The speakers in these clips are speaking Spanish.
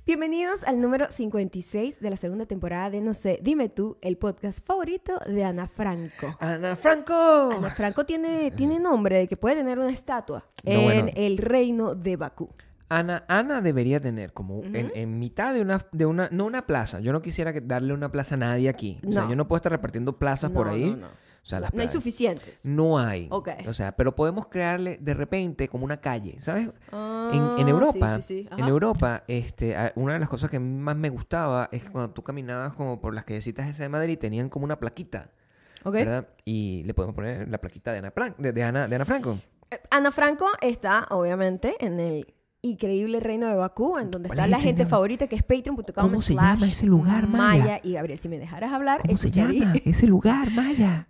Bienvenidos al número 56 de la segunda temporada de No sé, dime tú, el podcast favorito de Ana Franco. ¡Ana Franco! Ana Franco tiene nombre de que puede tener una estatua No, en bueno. el reino de Bakú. Ana debería tener como en mitad de una, no una plaza. Yo no quisiera darle una plaza a nadie aquí. O sea, No. yo no puedo estar repartiendo plazas por ahí. No. O sea, No hay suficientes. No hay. Ok. O sea, pero podemos crearle de repente como una calle, ¿sabes? Ah, En Europa, sí. Ajá. en Europa, una de las cosas que más me gustaba es que cuando tú caminabas como por las callecitas esas de Madrid tenían como una plaquita, Ok. ¿verdad? Y le podemos poner la plaquita de Ana Franco. Ana Franco está, obviamente, en el increíble reino de Bakú, en donde ¿Cuál está es la ese gente nombre? favorita, que es patreon.com/. ¿Cómo se llama ese lugar, Maya? Y Gabriel, si me dejaras hablar, ¿Cómo se escucharía. llama ese lugar, Maya?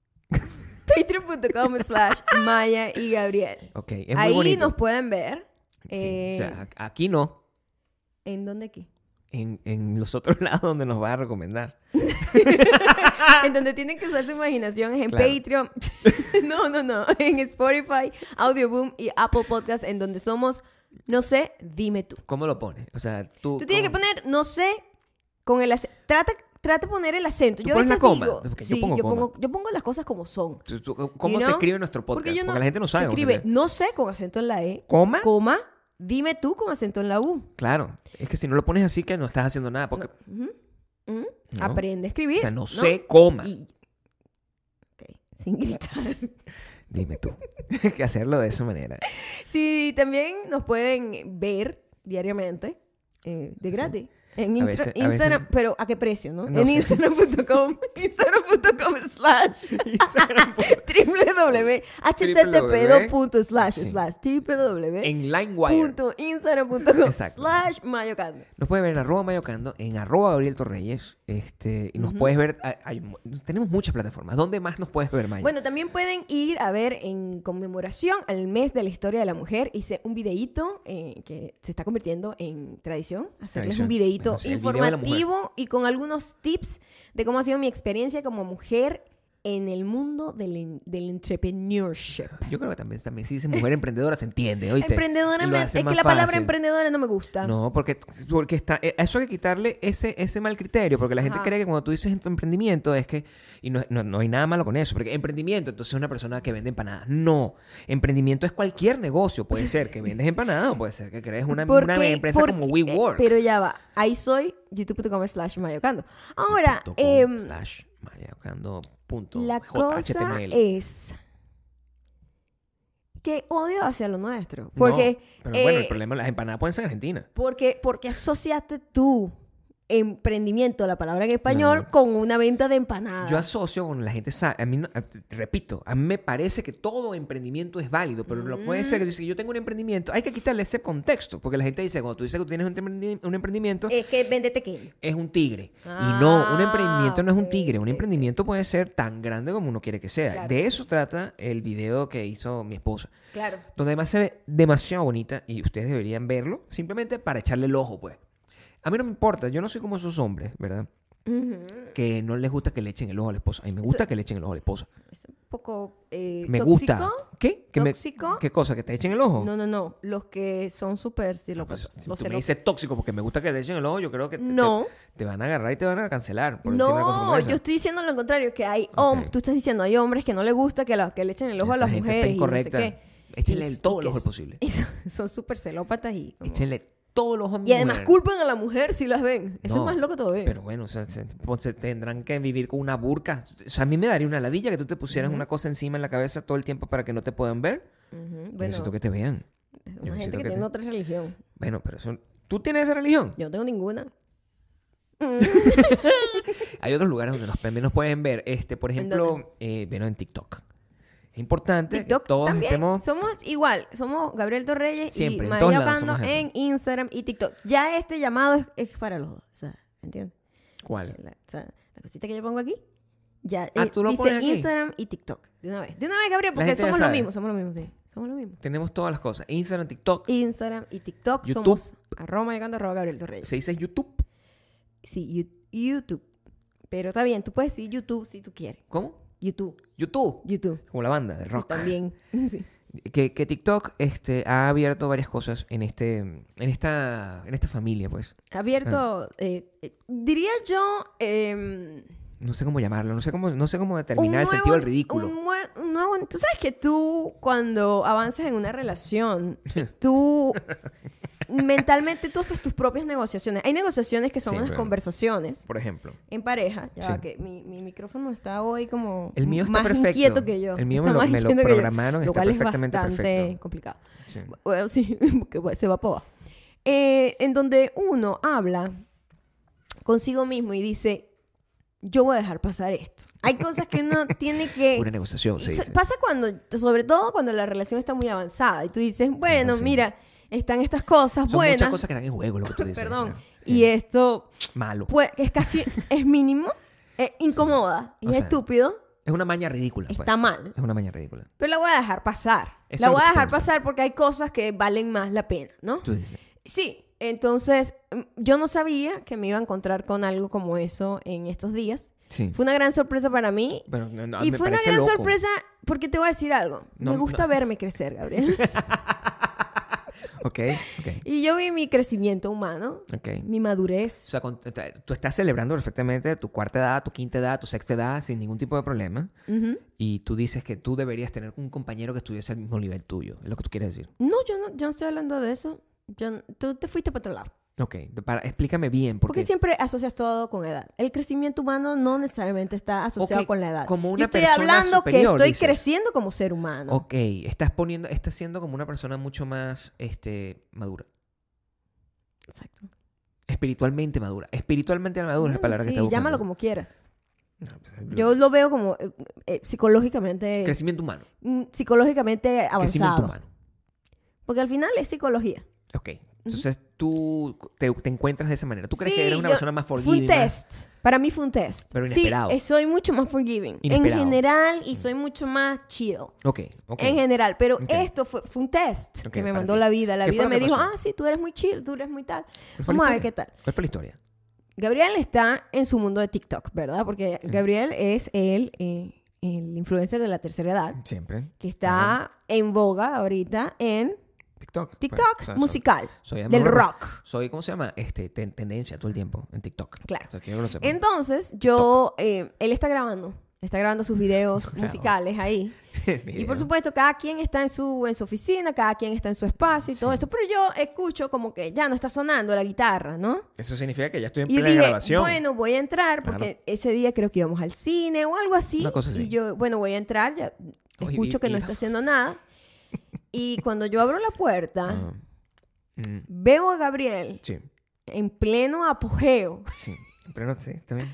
patreon.com/Maya y Gabriel. Ok, es muy Ahí bonito. nos pueden ver. Sí, o sea, aquí no. ¿En dónde aquí? En los otros lados donde nos va a recomendar. En donde tienen que usar su imaginación es en Claro. Patreon. No. En Spotify, Audioboom y Apple Podcast, en donde somos, no sé, dime tú. ¿Cómo lo pones? O sea, tú... Tú tienes que poner, no sé, con el acento. Trata de poner el acento. ¿Tú Yo a pones veces la coma? digo, Porque sí, yo pongo coma. yo pongo las cosas como son. ¿Cómo You se know? escribe nuestro podcast? Porque Porque la gente no sabe se cómo escribe, se lee. no sé, con acento en la E. ¿Coma? Dime tú con acento en la U. Claro. Es que si no lo pones así que no estás haciendo nada. Porque... No. Aprende a escribir. O sea, no sé, coma. Ok, sin gritar. Dime tú. Hay que hacerlo de esa manera. Sí, también nos pueden ver diariamente, de gratis. En A veces- Instagram, pero ¿a qué precio, no? No En sé. Instagram.com En LimeWire. Exacto. /Mayocando. Nos puedes ver en @mayocando, en @Gabriel Torreyes. Y nos puedes ver... tenemos muchas plataformas. ¿Dónde más nos puedes ver, Maya? Bueno, también pueden ir a ver en conmemoración al mes de la historia de la mujer. Hice un videíto que se está convirtiendo en tradición. Hacerles un Tradición. videíto Bueno, sí, el video de la mujer. informativo y con algunos tips de cómo ha sido mi experiencia como mujer en el mundo del entrepreneurship. Yo creo que también si dices mujer emprendedora se entiende, ¿oíste? Emprendedora, Y lo hace es que más la palabra fácil. emprendedora no me gusta. No, porque está... Eso hay que quitarle ese mal criterio, porque la gente Ajá. cree que cuando tú dices emprendimiento es que... Y no hay nada malo con eso, porque emprendimiento entonces es una persona que vende empanadas. No, emprendimiento es cualquier negocio. Puede ser que vendes empanadas o puede ser que crees una empresa como WeWork. Pero ya va, ahí soy youtube.com/mayocando. Ahora, la cosa es que odio hacia lo nuestro. Porque, No, pero bueno, el problema es las empanadas pueden ser argentinas. porque asociaste tú emprendimiento, la palabra en español, No. con una venta de empanadas. Yo asocio con la gente, repito, a mí me parece que todo emprendimiento es válido, pero no puede ser que dice que yo tengo un emprendimiento, hay que quitarle ese contexto, porque la gente dice, cuando tú dices que tú tienes un emprendimiento, Es que vende pequeño. es un tigre. Y no, un emprendimiento no es un ok, tigre, un ok. emprendimiento puede ser tan grande como uno quiere que sea. Claro. De eso trata el video que hizo mi esposa, Claro. donde además se ve demasiado bonita y ustedes deberían verlo, simplemente para echarle el ojo, pues. A mí no me importa, yo no soy como esos hombres, ¿verdad? Que no les gusta que le echen el ojo a la esposa. A mí me gusta que le echen el ojo a la esposa. Es un poco Me tóxico. gusta. ¿Qué? ¿Tóxico? ¿Qué cosa? ¿Que te echen el ojo? No. Los que son súper Pues, celópatas. si Los tú me celópatas. dices tóxico porque me gusta que te echen el ojo, yo creo que No. te van a agarrar y te van a cancelar por decir una cosa como No, esa. yo estoy diciendo lo contrario, que hay Ok. tú estás diciendo, hay hombres que no les gusta que le echen el ojo a Esa las gente mujeres está incorrecta. y no sé qué. Échenle Y- todo y el que ojo posible. y son súper celópatas y... como- Échenle todo el ojo a mi Y además mujer. culpan a la mujer si las ven. Eso No, es más loco todavía. Pero bueno, o sea, se tendrán que vivir con una burka. O sea, a mí me daría una ladilla que tú te pusieras una cosa encima en la cabeza todo el tiempo para que no te puedan ver. Ujú, Yo bueno, necesito que te vean. es yo una gente necesito que que tiene te- otra religión. Bueno, pero eso... ¿Tú tienes esa religión? Yo no tengo ninguna. Hay otros lugares donde también nos pueden ver. Por ejemplo, bueno, en TikTok. Es importante TikTok que todos también. estemos... Somos igual. Somos Gabriel Torreyes Siempre, y en todos María lados Ocando somos eso. en Instagram y TikTok. Ya este llamado es para los dos. O sea, ¿entiendes? ¿Cuál? La cosita que yo pongo aquí, ya ¿tú lo dice pones aquí? Instagram y TikTok. De una vez, Gabriel, porque gente ya somos lo sabe. mismo, sí. Somos lo mismo. Tenemos todas las cosas. Instagram, TikTok. Instagram y TikTok YouTube. somos @Mayocando @Gabriel Torreyes. Se dice YouTube. Sí, YouTube. Pero está bien, tú puedes decir YouTube si tú quieres. ¿Cómo? YouTube. YouTube. YouTube. Como la banda de Y rock. también. Sí. Que TikTok ha abierto varias cosas en esta familia, pues. Ha abierto, diría yo... no sé cómo llamarlo, no sé cómo determinar el sentido del ridículo. Tú sabes que tú, cuando avanzas en una relación, tú... mentalmente tú haces tus propias negociaciones. Hay negociaciones que son unas conversaciones. Por ejemplo. En pareja. Ya que mi micrófono está hoy como el mío está más perfecto. Inquieto que yo. El mío me lo programaron, está perfectamente perfecto. Lo cual es bastante perfecto. complicado. Sí. Bueno, sí, porque se va para abajo. En donde uno habla consigo mismo y dice, yo voy a dejar pasar esto. Hay cosas que uno tiene que... Una negociación, se dice. Pasa sobre todo cuando la relación está muy avanzada y tú dices, bueno, mira... Están estas cosas Son buenas. muchas cosas que están en juego, lo que tú dices. Perdón. Claro. Y esto... malo. Pues, es mínimo, incomoda, y es estúpido. Es una maña ridícula. Está mal. Es una maña ridícula. Pero la voy a dejar pasar. Eso la es lo voy que a dejar piensas. pasar porque hay cosas que valen más la pena, ¿no? Tú dices. Sí. Entonces, yo no sabía que me iba a encontrar con algo como eso en estos días. Sí. Fue una gran sorpresa para mí. Pero, y me fue una parece gran loco. sorpresa porque te voy a decir algo. Me gusta verme crecer, Gabriel. Ok. Y yo vi mi crecimiento humano, mi madurez. O sea, tú estás celebrando perfectamente tu cuarta edad, tu quinta edad, tu sexta edad sin ningún tipo de problema. Y tú dices que tú deberías tener un compañero que estuviese al mismo nivel tuyo. Es lo que tú quieres decir. No, yo no estoy hablando de eso. Tú te fuiste para otro lado. Ok. Explícame bien. Porque siempre asocias todo con edad. El crecimiento humano no necesariamente está asociado con la edad. Como una yo estoy persona hablando superior, que estoy dices. creciendo como ser humano. Ok. Estás siendo como una persona mucho más madura. Exacto. Espiritualmente madura. Espiritualmente madura es la palabra que está buscando. Llámalo como quieras. No, pues, Yo lo veo como psicológicamente... Crecimiento humano. Psicológicamente avanzado. Crecimiento humano. Porque al final es psicología. Ok. Entonces tú te encuentras de esa manera. ¿Tú crees que eres una persona más Fue forgiving? un test. Para mí fue un test. Pero inesperado. Sí, soy mucho más forgiving. Inesperado. En general, y soy mucho más chill. Ok. En general. Pero esto fue un test que me mandó la vida. La vida me dijo, sí, tú eres muy chill, tú eres muy tal. Vamos a ver qué tal. ¿Cuál fue la historia? Gabriel está en su mundo de TikTok, ¿verdad? Porque Gabriel es el influencer de la tercera edad. Siempre. Que está en boga ahorita en... TikTok. musical. Soy del rock. Soy, ¿cómo se llama? Tendencia todo el tiempo en TikTok. Claro. O sea, que yo lo sepa. Entonces, él está grabando sus videos musicales ahí. Y por supuesto, cada quien está en su oficina, cada quien está en su espacio y todo eso. Pero yo escucho como que ya no está sonando la guitarra, ¿no? Eso significa que ya estoy en Y plena dije, grabación. bueno, voy a entrar porque ese día creo que íbamos al cine o algo así. Una cosa así. Y yo, bueno, voy a entrar, ya escucho que no está haciendo nada. Y cuando yo abro la puerta, veo a Gabriel en pleno apogeo. Sí, en pleno, sí, también.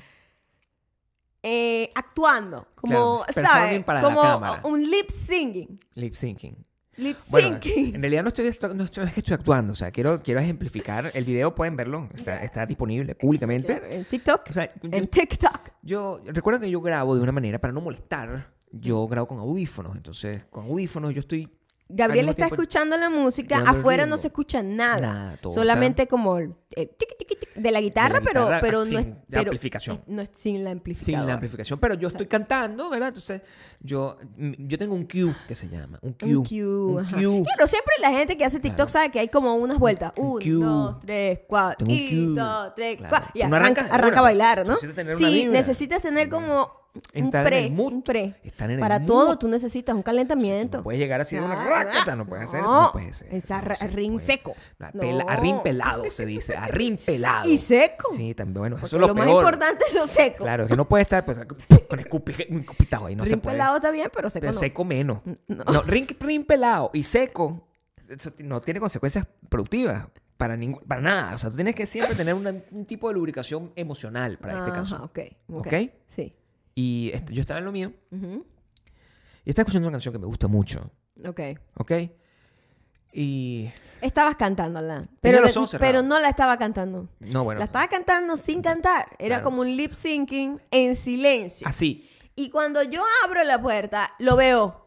Actuando, como, claro, ¿sabes? Como un lip singing. Lip syncing. Lip Bueno, syncing. en realidad no es que estoy actuando, o sea, quiero ejemplificar. El video pueden verlo, está disponible públicamente. En TikTok. O sea, en TikTok. Yo recuerdo que yo grabo de una manera para no molestar. Yo grabo con audífonos, entonces con audífonos yo estoy... Gabriel está escuchando la música, afuera no se escucha nada. Solamente como el tic, tic, tic de la guitarra, pero no es... La amplificación. No es sin la amplificación. Sin la amplificación. Pero yo estoy cantando, ¿verdad? Entonces, yo tengo un cue que se llama. Un cue. Claro, siempre la gente que hace TikTok sabe que hay como unas vueltas. 1, 2, 3, 4. 1, 2, 3, 4. Y arranca a bailar, ¿no? Sí, necesitas tener como... Un pre. Para todo tú necesitas un calentamiento. No puedes llegar así de una rácata, no puedes hacer eso. No, no puedes hacer. Es arrín seco. Arrín pelado se dice, arrín pelado. ¿Y seco? Sí, también, bueno, eso porque es lo lo peor. más importante es lo seco. Claro, que no puede estar pues, con escupitajo ahí, no se puede. Pelado está bien, pero seco no. Seco menos. No, rin pelado y seco, eso no tiene consecuencias productivas. Para nada. O sea, tú tienes que siempre tener un tipo de lubricación emocional para este caso. ¿Ok? Sí. Y yo estaba en lo mío. Y estaba escuchando una canción que me gusta mucho. ¿Ok? Y... Estabas cantándola. Pero no la estaba cantando. No, bueno. La estaba cantando sin cantar. Era como un lip syncing en silencio. Así. Y cuando yo abro la puerta, lo veo.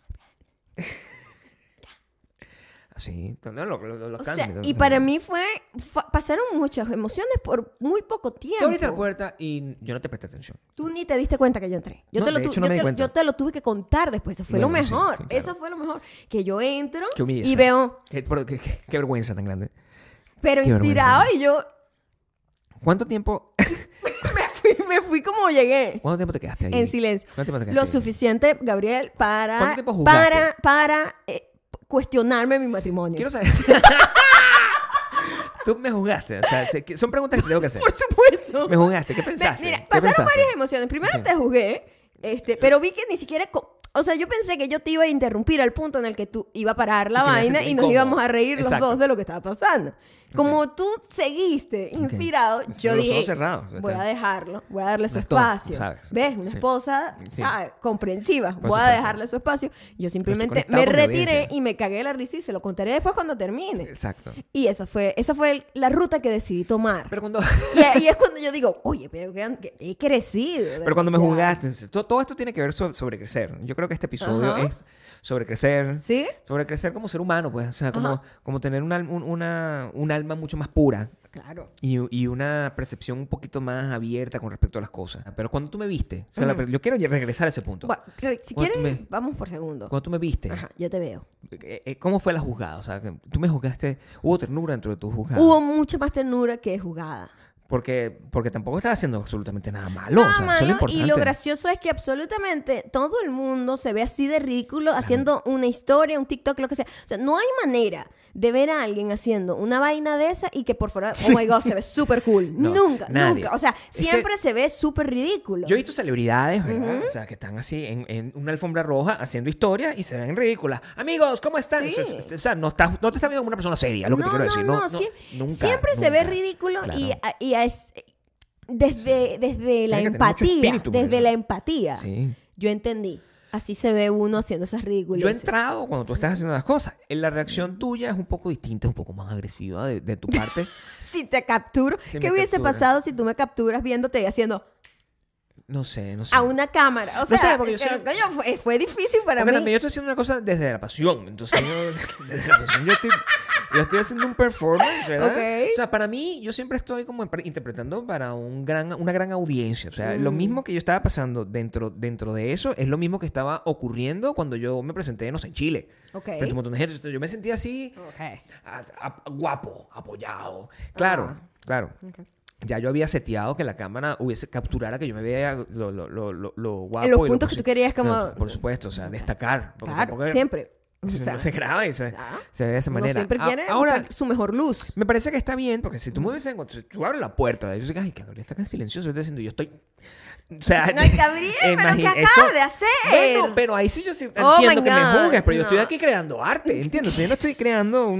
Así. No, lo o sea, y para mí fue pasaron muchas emociones por muy poco tiempo. Tú abriste la puerta y yo no te presté atención. Tú ni te diste cuenta que yo entré. Yo te lo tuve que contar después. Eso fue lo mejor. Sí, claro. Eso fue lo mejor. Que yo entro y veo... Qué vergüenza tan grande. Pero inspirado y yo... ¿Cuánto tiempo...? me fui como llegué. ¿Cuánto tiempo te quedaste ahí? En silencio. ¿Cuánto tiempo te quedaste Lo suficiente, Gabriel, para... ¿Cuánto tiempo jugaste? Para cuestionarme mi matrimonio. Quiero saber... Tú me juzgaste. O sea, son preguntas que tengo que hacer. Por supuesto. Me juzgaste. ¿Qué pensaste? Mira, pasaron varias emociones. Primero te juzgué, pero vi que ni siquiera... O sea, yo pensé que yo te iba a interrumpir al punto en el que tú iba a parar la vaina y nos íbamos a reír los dos de lo que estaba pasando. Como tú seguiste inspirado, yo dije, voy a dejarlo, voy a darle su espacio. ¿Ves? Una esposa, ¿sabes? Comprensiva. Voy a dejarle su espacio. Yo simplemente me retiré y me cagué de la risa y se lo contaré después cuando termine. Exacto. Y esa fue la ruta que decidí tomar. Pero cuando... y es cuando yo digo, oye, pero que he crecido. Pero cuando me juzgaste, todo esto tiene que ver sobre crecer. Yo creo que este episodio es sobre crecer. ¿Sí? Sobre crecer como ser humano, pues. O sea, como tener un alma mucho más pura. Claro. Y una percepción un poquito más abierta con respecto a las cosas. Pero cuando tú me viste, o sea, yo quiero regresar a ese punto. Bueno, si quieres, vamos por segundo. Cuando tú me viste. Yo te veo. ¿Cómo fue la juzgada? O sea, tú me juzgaste. ¿Hubo ternura dentro de tu juzgada? Hubo mucha más ternura que juzgada. Porque tampoco estaba haciendo absolutamente nada malo. Nada o sea, malo, eso es lo importante. y lo gracioso es que absolutamente todo el mundo se ve así de ridículo haciendo una historia, un TikTok, lo que sea. O sea, no hay manera de ver a alguien haciendo una vaina de esa y que por fuera, oh my God, se ve súper cool. Nunca. O sea, siempre se ve súper ridículo. Yo he visto celebridades, ¿verdad? O sea, que están así en una alfombra roja haciendo historias y se ven ridículas. Amigos, ¿cómo están? Sí. O sea, no te estás viendo como una persona seria, lo que te quiero decir. Siempre se ve ridículo. Claro. Y es desde la empatía, sí. Yo entendí. Así se ve uno haciendo esas ridículas. Yo he entrado cuando tú estás haciendo las cosas. La reacción tuya es un poco distinta, un poco más agresiva de tu parte. Si te capturo. ¿Qué hubiese pasado si tú me capturas viéndote y haciendo... No sé. A una cámara. O sea, porque fue difícil para mí. Yo estoy haciendo una cosa desde la pasión. Entonces, desde la pasión yo estoy haciendo un performance, ¿verdad? Okay. O sea, para mí, yo siempre estoy como interpretando para una gran audiencia. O sea, lo mismo que yo estaba pasando dentro de eso es lo mismo que estaba ocurriendo cuando yo me presenté, no sé, en Chile. Okay. Frente a un montón de gente. Entonces, yo me sentía así, guapo, apoyado. Claro. Okay. Ya yo había seteado que la cámara capturara que yo me veía lo guapo. En los puntos que tú querías como... No, por supuesto, o sea, destcar. Claro, siempre. O sea, no se graba y se ve de esa manera. Siempre quiere su mejor luz. Me parece que está bien, porque si tú me hubiesen encontrado, tú abres la puerta, yo sé que, ay, Gabriel está tan silencioso, estoy diciendo, yo estoy... O sea, no, Gabriel, pero ¿qué acabas de hacer? Bueno, pero ahí sí yo sí entiendo que me juzgues, pero yo estoy aquí creando arte, ¿entiendes? Yo no estoy creando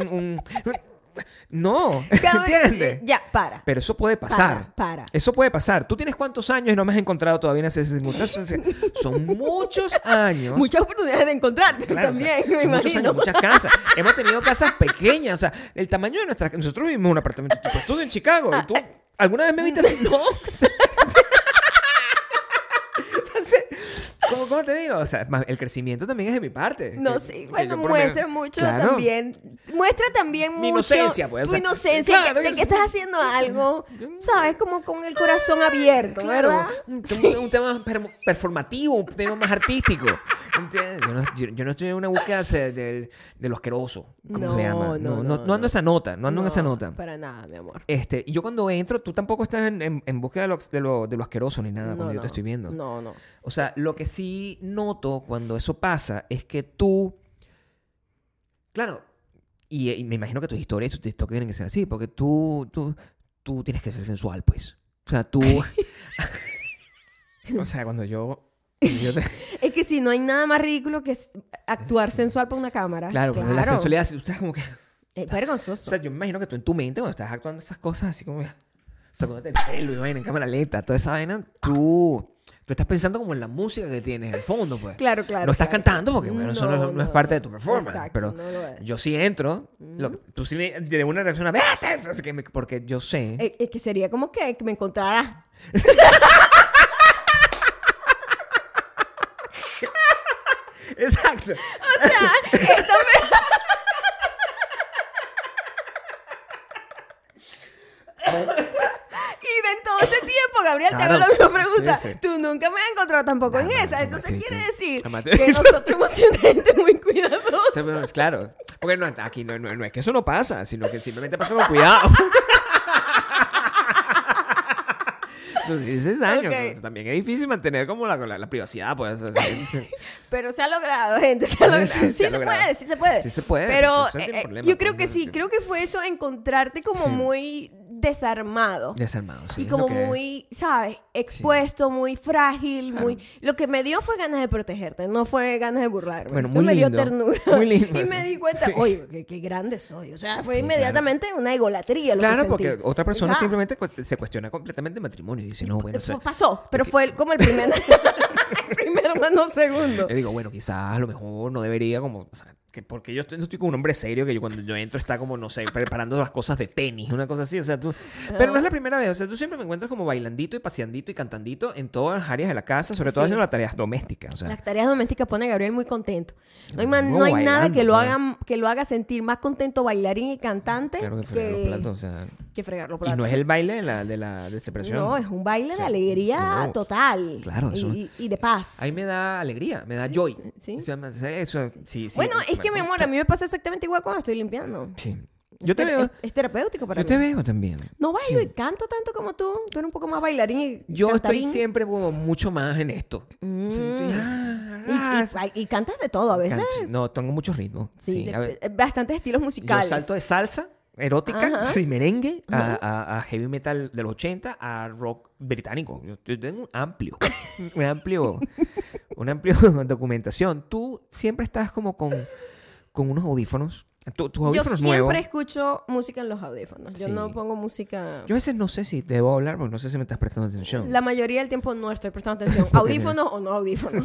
No, ¿entiendes? Ya, para. Pero eso puede pasar. Para. Eso puede pasar. Tú tienes cuántos años y no me has encontrado todavía en ese Son muchos años. Muchas oportunidades de encontrarte también, me imagino. Muchos años, muchas casas. Hemos tenido casas pequeñas. O sea, el tamaño de nuestra... Nosotros vivimos en un apartamento tipo estudio en Chicago. ¿Y tú alguna vez me viste así? No. ¿Cómo te digo? O sea, el crecimiento también es de mi parte. No, sí. Bueno, muestra mucho también. Muestra también mi mucho inocencia, pues. Tu inocencia, de que estás haciendo algo, ¿sabes? Como con el corazón abierto, ¿verdad? Un tema performativo, un tema más artístico. ¿Entiendes? Yo no estoy en una búsqueda de lo asqueroso. ¿Cómo se llama? No ando esa nota. No ando en esa nota. Para nada, mi amor. Y yo cuando entro, tú tampoco estás en búsqueda de lo asqueroso ni nada cuando yo te estoy viendo. No. O sea, lo que sí noto cuando eso pasa es que tú... Claro, y me imagino que tus historias y tus TikTok tienen que ser así, porque tú tienes que ser sensual, pues. O sea, tú... o sea, cuando yo Es que si no hay nada más ridículo que actuar sensual para una cámara. Claro. La sensualidad, tú estás como que... Es vergonzoso. O sea, yo me imagino que tú en tu mente, cuando estás actuando esas cosas así como... Sacándote el pelo y vaina en cámara lenta, toda esa vaina, tú estás pensando como en la música que tienes en el fondo, pues. Claro. No estás cantando porque, bueno, eso no es parte de tu performance. Exacto, pero yo sí entro, tú sí de una reacción a vete, porque yo sé. Es que sería como que me encontraras. Exacto. O sea, Gabriel, te hago la misma pregunta. Sí. Tú nunca me has encontrado tampoco en esa. Entonces quiere decir que nosotros hemos sido gente muy cuidadosa. Pero es claro. Porque aquí no es que eso no pasa, sino que simplemente pasa con cuidado. Entonces, 16 años. Entonces, también es difícil mantener como la privacidad, pues. Pero se ha logrado, gente. Se ha logrado. Sí se puede. Sí se puede. Pero yo creo que sí. Creo que fue eso, encontrarte como muy desarmado. Desarmado, sí. Y como muy, ¿sabes? Expuesto, muy frágil, muy... Lo que me dio fue ganas de protegerte, no fue ganas de burlarme. Bueno, muy lindo. Me dio ternura. Muy lindo. Y me di cuenta, oye, qué grande soy. O sea, fue inmediatamente una egolatría lo que sentí. Porque otra persona simplemente se cuestiona completamente el matrimonio y dice, no, bueno... Pasó, pero fue como el primer... el primer nanosegundo. Yo digo, bueno, quizás a lo mejor no debería como... O sea, porque yo no estoy como un hombre serio que yo cuando yo entro está como, no sé, preparando las cosas de tenis, una cosa así, o sea, tú... Pero no es la primera vez, o sea, tú siempre me encuentras como bailandito y paseandito y cantandito en todas las áreas de la casa, sobre todo haciendo las tareas domésticas, o sea. Las tareas domésticas pone a Gabriel muy contento. No hay nada que lo haga sentir más contento bailarín y cantante que fregar los platos, o sea... Que fregar los platos. Y no es el baile de la separación. No, es un baile de alegría total. Claro, eso. Y de paz. Ahí me da alegría, me da joy. Sí. Eso, sí. Bueno, es que mi amor, a mí me pasa exactamente igual cuando estoy limpiando. Sí. Yo te veo. Es terapéutico para mí. Yo te veo también. No bailo y canto tanto como tú. Tú eres un poco más bailarín y yo cantarín. estoy siempre como mucho más en esto. Y cantas de todo a veces. No, tengo muchos ritmos. Sí, bastantes estilos musicales. Yo salto de salsa erótica, sí, merengue, a heavy metal de los 80, a rock británico. Yo tengo una amplia documentación. Tú siempre estás como con unos audífonos. Tus audífonos nuevos. Yo siempre escucho música en los audífonos. Yo no pongo música... Yo a veces no sé si debo hablar porque no sé si me estás prestando atención. La mayoría del tiempo no estoy prestando atención. ¿Audífonos o no audífonos?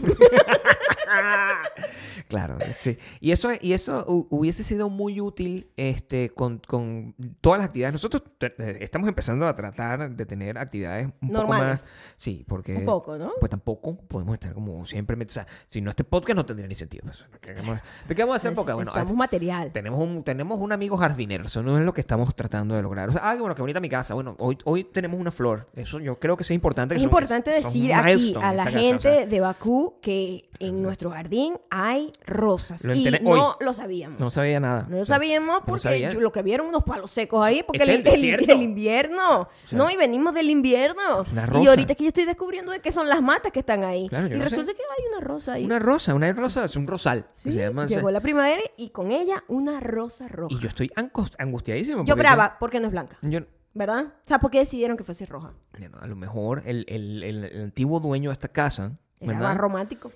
Claro, sí. Y eso hubiese sido muy útil con todas las actividades. Nosotros estamos empezando a tratar de tener actividades un normales. Poco más... Sí, porque... Un poco, ¿no? Pues tampoco podemos estar como siempre... O sea, si no este podcast no tendría ni sentido. ¿De qué vamos a hacer podcast? Bueno, necesitamos material. Tenemos un amigo jardinero. Eso no es lo que estamos tratando de lograr. O sea, bueno, qué bonita mi casa. Bueno, hoy tenemos una flor. Eso yo creo que es importante. Es importante decir aquí a la gente de Bakú que en nuestro jardín hay rosas. Y no lo sabíamos. No sabía nada. No lo sabíamos porque lo que vieron unos palos secos ahí. Porque el invierno. O sea, no, y venimos del invierno. Y ahorita es que yo estoy descubriendo de qué son las matas que están ahí. Claro, y resulta que hay una rosa ahí. Una rosa, es un rosal. Sí, se llama, llegó la primavera y con ella una rosa roja. Y yo estoy angustiadísimo. Yo brava, porque no es blanca. ¿Verdad? O sea, ¿por qué decidieron que fuese roja? Bueno, a lo mejor el antiguo dueño de esta casa... Era más romántico.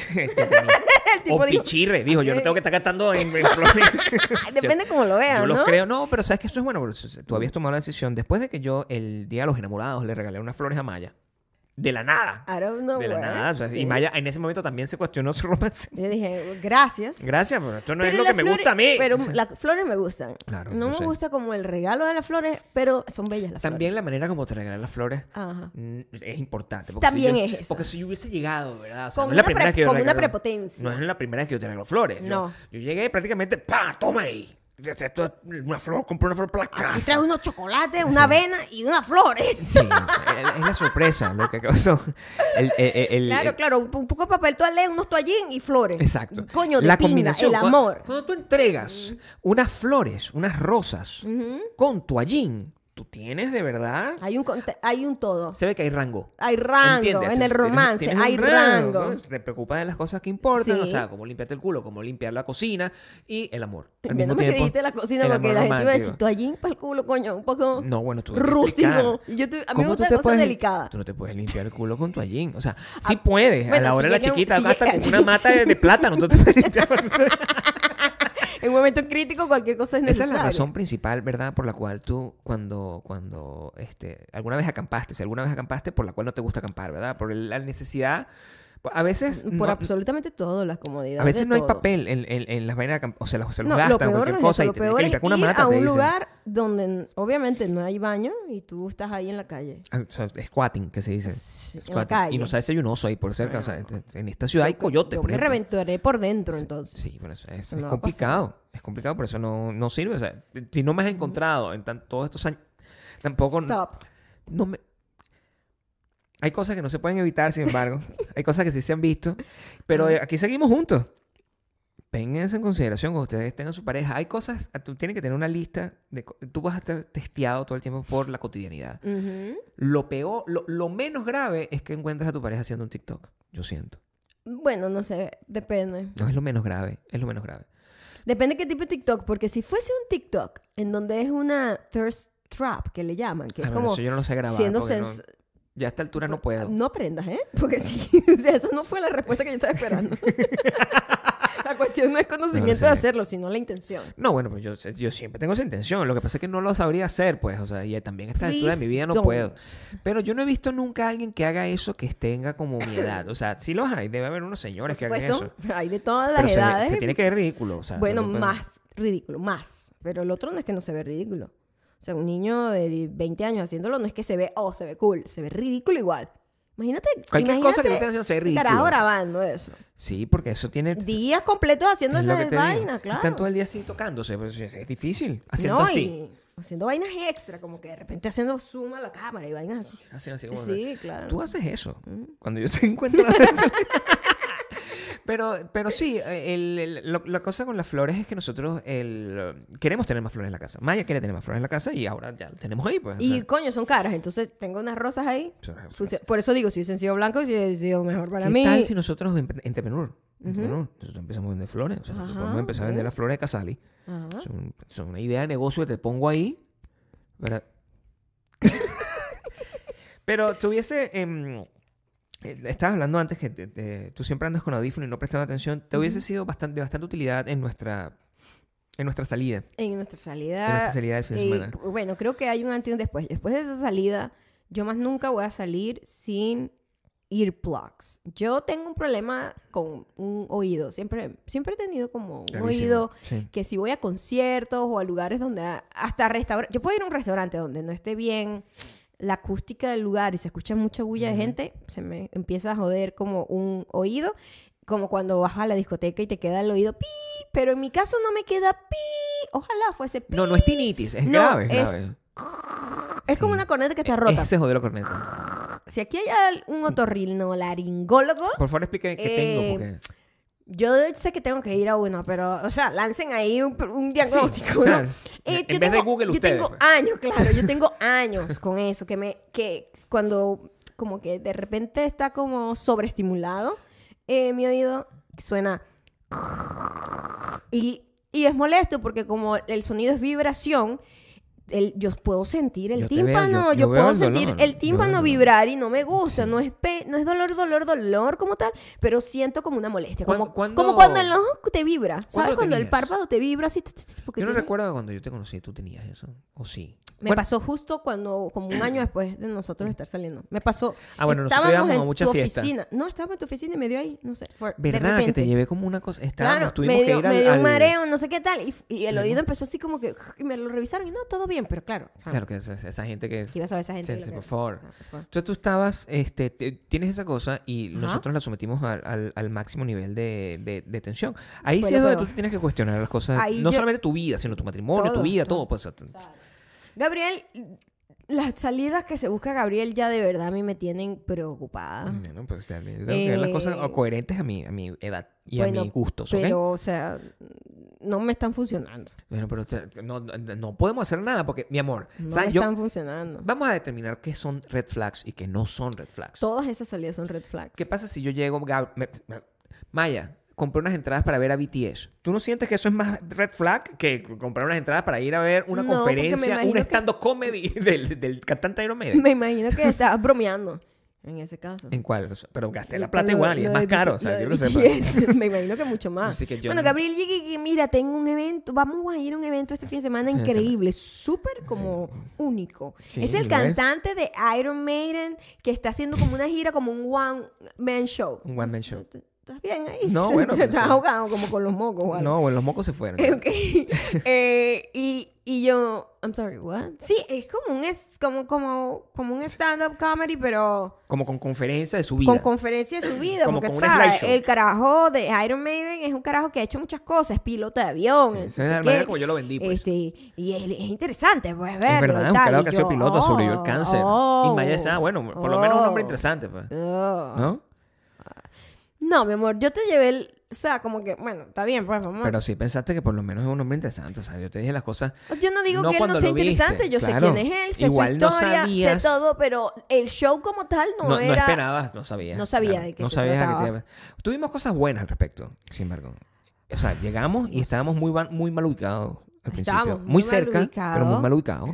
O pichirre, dijo, yo no tengo que estar gastando en flores. Depende cómo lo vean, yo ¿no? Los creo, no, pero sabes que eso es bueno, porque tú habías tomado la decisión después de que yo el día de los enamorados le regalé unas flores a Maya. De la nada. I don't know. De la nada. O sea, sí. Y Maya en ese momento también se cuestionó su romance. Yo dije, gracias. Gracias, pero esto no es lo que me gusta a mí. Pero las flores me gustan. Claro. No me gusta como el regalo de las flores, pero son bellas las flores. También la manera como te regalan las flores es importante. También es eso. Porque si yo hubiese llegado, ¿verdad? O sea, con no es la primera vez que yo con una prepotencia. No es la primera vez que yo te regalo flores. No. Yo llegué prácticamente, ¡pa! ¡Toma ahí! Esto es una flor, compré una flor para la casa. Aquí trae unos chocolates, una avena y unas flores. Sí, es la sorpresa lo que causó. Claro, un poco de papel toalé, unos toallín y flores. Exacto. Coño, de pinga, el amor. Cuando tú entregas unas flores, unas rosas con toallín, tú tienes de verdad... Hay un todo. Se ve que hay rango. Hay rango. ¿Entiendes? En el romance hay rango. ¿No? Te preocupas de las cosas que importan, o sea, cómo limpiarte el culo, cómo limpiar la cocina y el amor. Al mismo tiempo, me dijiste la cocina porque la gente iba a decir, toallín para el culo, coño, un poco rústico. Y a mí me gusta la cosa delicada. Tú no te puedes limpiar el culo con toallín. O sea, sí puedes. Bueno, a la hora de la chiquita, hasta con una mata de plátano, tú te puedes limpiar. En un momento crítico cualquier cosa es necesaria. Esa es la razón principal, ¿verdad? Por la cual tú cuando alguna vez acampaste, por la cual no te gusta acampar, ¿verdad? Por la necesidad... A veces... Por absolutamente todo, las comodidades. A veces no hay papel en las vainas de acampar. O sea, se los gastan, cualquier cosa. Lo peor es ir a un lugar donde obviamente no hay baño y tú estás ahí en la calle. O sea, squatting, que se dice. En la calle. Y no sabes si hay un oso ahí por cerca. O sea, en esta ciudad hay coyotes, por ejemplo. Me reventaré por dentro, entonces. Sí, pero eso es complicado. Es complicado, por eso no sirve. O sea, si no me has encontrado en todos estos años, tampoco... Stop. No me... Hay cosas que no se pueden evitar, sin embargo. Hay cosas que sí se han visto. Pero aquí seguimos juntos. Ténganse en consideración cuando ustedes tengan su pareja. Hay cosas, tú tienes que tener una lista tú vas a estar testeado todo el tiempo por la cotidianidad. Lo peor, lo menos grave es que encuentres a tu pareja haciendo un TikTok. Yo siento. Bueno, no sé, depende. No, es lo menos grave, es lo menos grave. Depende qué tipo de TikTok, porque si fuese un TikTok en donde es una thirst trap, que le llaman, que es como... Eso yo no lo sé grabar, ya a esta altura no puedo. No aprendas, ¿eh? Porque sí, o sea, esa no fue la respuesta que yo estaba esperando. La cuestión no es conocimiento de hacerlo, sino la intención. No, bueno, pues yo siempre tengo esa intención. Lo que pasa es que no lo sabría hacer, pues. O sea, y también a esta altura de mi vida no puedo. Pero yo no he visto nunca a alguien que haga eso que tenga como mi edad. O sea, sí los hay. Debe haber unos señores que hagan eso. Hay de todas las edades. Se tiene que ver ridículo. O sea, bueno, más ridículo, más. Pero el otro no es que no se ve ridículo. O sea, un niño de 20 años haciéndolo no es que se ve cool. Se ve ridículo igual. Imagínate cosa que no esté haciendo se ve ridículo. Carajo grabando eso. Sí, porque eso tiene... días completos haciendo esas vainas, claro. Están todo el día así tocándose. Pues es difícil. Haciendo así. Haciendo vainas extra. Como que de repente haciendo zoom a la cámara y vainas así. Así como sí, claro. Tú haces eso. Cuando yo te encuentro... Pero sí, la cosa con las flores es que nosotros queremos tener más flores en la casa. Maya quiere tener más flores en la casa y ahora ya las tenemos ahí, pues. Y coño, son caras. Entonces tengo unas rosas ahí. Por eso digo, si hubiesen sido blancos, si hubiesen sido mejor para mí. ¿Qué tal si nosotros en Tepenur, nosotros empezamos a vender flores? O sea, nosotros podemos empezar a vender las flores de Casali. Son una idea de negocio que te pongo ahí. ¿Verdad? Pero tuviese... estabas hablando antes que tú siempre andas con audífono y no prestando atención. Te hubiese sido de bastante utilidad en nuestra salida. En nuestra salida. En nuestra salida del fin de semana. Bueno, creo que hay un antes y un después. Después de esa salida, yo más nunca voy a salir sin earplugs. Yo tengo un problema con un oído. Siempre he tenido como un oído que si voy a conciertos o a lugares donde hasta restaurantes. Yo puedo ir a un restaurante donde no esté bien la acústica del lugar y se escucha mucha bulla de gente, se me empieza a joder como un oído, como cuando vas a la discoteca y te queda el oído pi, pero en mi caso no me queda pi, ojalá fuese pi. No es tinnitus, es grave. Es como una corneta que está rota. Ese jodió la corneta. Si aquí hay un otorrinolaringólogo, por favor explique qué tengo, porque... Yo sé que tengo que ir a uno, pero, o sea, lancen ahí un diagnóstico, sí, o sea, ¿no? En vez de Google ustedes. Yo tengo años, claro, yo tengo años con eso, que cuando como que de repente está como sobreestimulado, mi oído suena... Y es molesto porque como el sonido es vibración... yo puedo sentir el tímpano, yo puedo sentir el tímpano vibrar y no me gusta, no es dolor como tal, pero siento como una molestia, como cuando el ojo te vibra, ¿sabes? Cuando el párpado te vibra así. Yo no recuerdo cuando yo te conocí, tú tenías eso, ¿o sí? Me pasó justo como un año después de nosotros estar saliendo. Me pasó. Bueno, nosotros íbamos a mucha fiesta. Oficina. No, estábamos en tu oficina y me dio ahí, no sé. ¿Verdad? Que te llevé como una cosa. Claro, me dio un mareo, no sé qué tal. Y el oído empezó así como que. Y me lo revisaron y no, todo bien, pero claro. Claro, que esa gente que... ¿Qué ibas a ver esa gente? Por favor. Entonces tú estabas, tienes esa cosa y nosotros la sometimos al máximo nivel de tensión. Ahí sí es donde tú tienes que cuestionar las cosas, no solamente tu vida, sino tu matrimonio, tu vida, todo. Pues, Gabriel, las salidas que se busca Gabriel ya de verdad a mí me tienen preocupada. Bueno, pues tengo que ver las cosas coherentes a mi edad y a mis gustos, ¿ok? Pero, o sea, no me están funcionando. Bueno, pero no podemos hacer nada porque, mi amor, están funcionando. Vamos a determinar qué son red flags y qué no son red flags. Todas esas salidas son red flags. ¿Qué pasa si yo llego, Maya, compré unas entradas para ver a BTS? ¿Tú no sientes que eso es más red flag que comprar unas entradas para ir a ver una conferencia, un stand-up comedy del cantante Iron Maiden? Me imagino que estabas bromeando en ese caso. ¿En cuál? Pero gasté la plata igual y es más caro. O sea, yo no sé. Me imagino que mucho más. Bueno, Gabriel, mira, tengo un evento. Vamos a ir a un evento este fin de semana increíble. Súper como único. Sí, es el cantante de Iron Maiden que está haciendo como una gira, como un one-man show. Un one-man show. ¿Estás bien ahí? No, bueno. Se está ahogando como con los mocos. ¿Vale? No, bueno, los mocos se fueron. Okay. Y Y yo, I'm sorry, what? Sí, es como un stand-up comedy, pero... Como con conferencia de su vida. Con conferencia de su vida. Como porque, un ¿sabes? slideshow. El carajo de Iron Maiden es un carajo que ha hecho muchas cosas. Es piloto de avión. Sí, esa es la manera como yo lo vendí, pues. Y es interesante, pues, verlo. Es verdad, y un tal. carajo Y que ha yo, sido piloto, sobrevivió el cáncer. Y Maya decía, bueno, por lo menos un hombre interesante, pues. ¿No? No, mi amor, yo te llevé o sea, como que, bueno, está bien, pues, vamos. Pero sí pensaste que por lo menos es un hombre interesante. O sea, yo te dije las cosas. Yo no digo que él no sea interesante. Yo sé quién es él, sé igual su historia, no sabías, sé todo, pero el show como tal no era... No esperabas, no sabías. No sabía claro, de qué no se sabías trataba. Tuvimos cosas buenas al respecto, sin embargo. O sea, llegamos y estábamos muy mal ubicados al principio. Muy cerca, pero muy mal ubicados.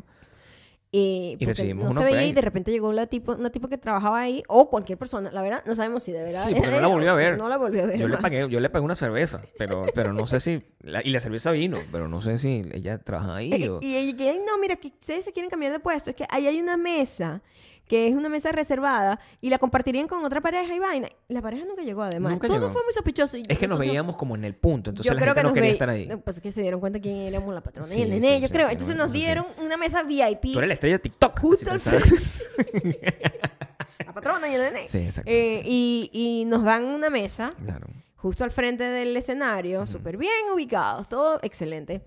Y recibimos no unos se veía premios. y de repente llegó una tipo que trabajaba ahí o cualquier persona, la verdad no sabemos si de verdad sí, porque no la volví a ver. No la volví a ver. Yo le pagué una cerveza, pero no sé si y la cerveza vino, pero no sé si ella trabaja ahí o... y no, mira, que ustedes se quieren cambiar de puesto, es que ahí hay una mesa que es una mesa reservada y la compartirían con otra pareja y vaina. La pareja nunca llegó, además. Nunca todo llegó. fue muy sospechoso. Es que nos veíamos como en el punto, entonces yo la creo gente que no quería la estar ahí. Pues es que se dieron cuenta quién éramos la patrona y Sí, el nené, sí, yo sí, creo. sí, Entonces no, nos sí. dieron una mesa VIP. Tú eres la estrella de TikTok. Justo al pensaba. frente. La patrona y el nené. Sí, exacto. Y nos dan una mesa Claro. justo al frente del escenario, súper bien ubicados, todo excelente.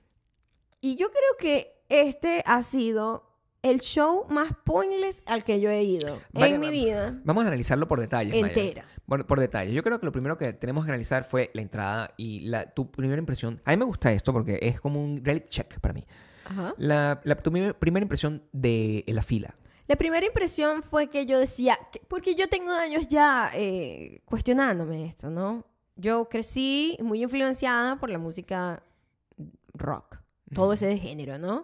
Y yo creo que este ha sido el show más pointless al que yo he ido en mi vida. Vamos a analizarlo por detalles, entera. Maya. Por detalles. Yo creo que lo primero que tenemos que analizar fue la entrada y tu primera impresión. A mí me gusta esto porque es como un reality check para mí. Ajá. Tu primera impresión de la fila. La primera impresión fue que yo decía, porque yo tengo años ya cuestionándome esto, ¿no? Yo crecí muy influenciada por la música rock, todo ese género, ¿no?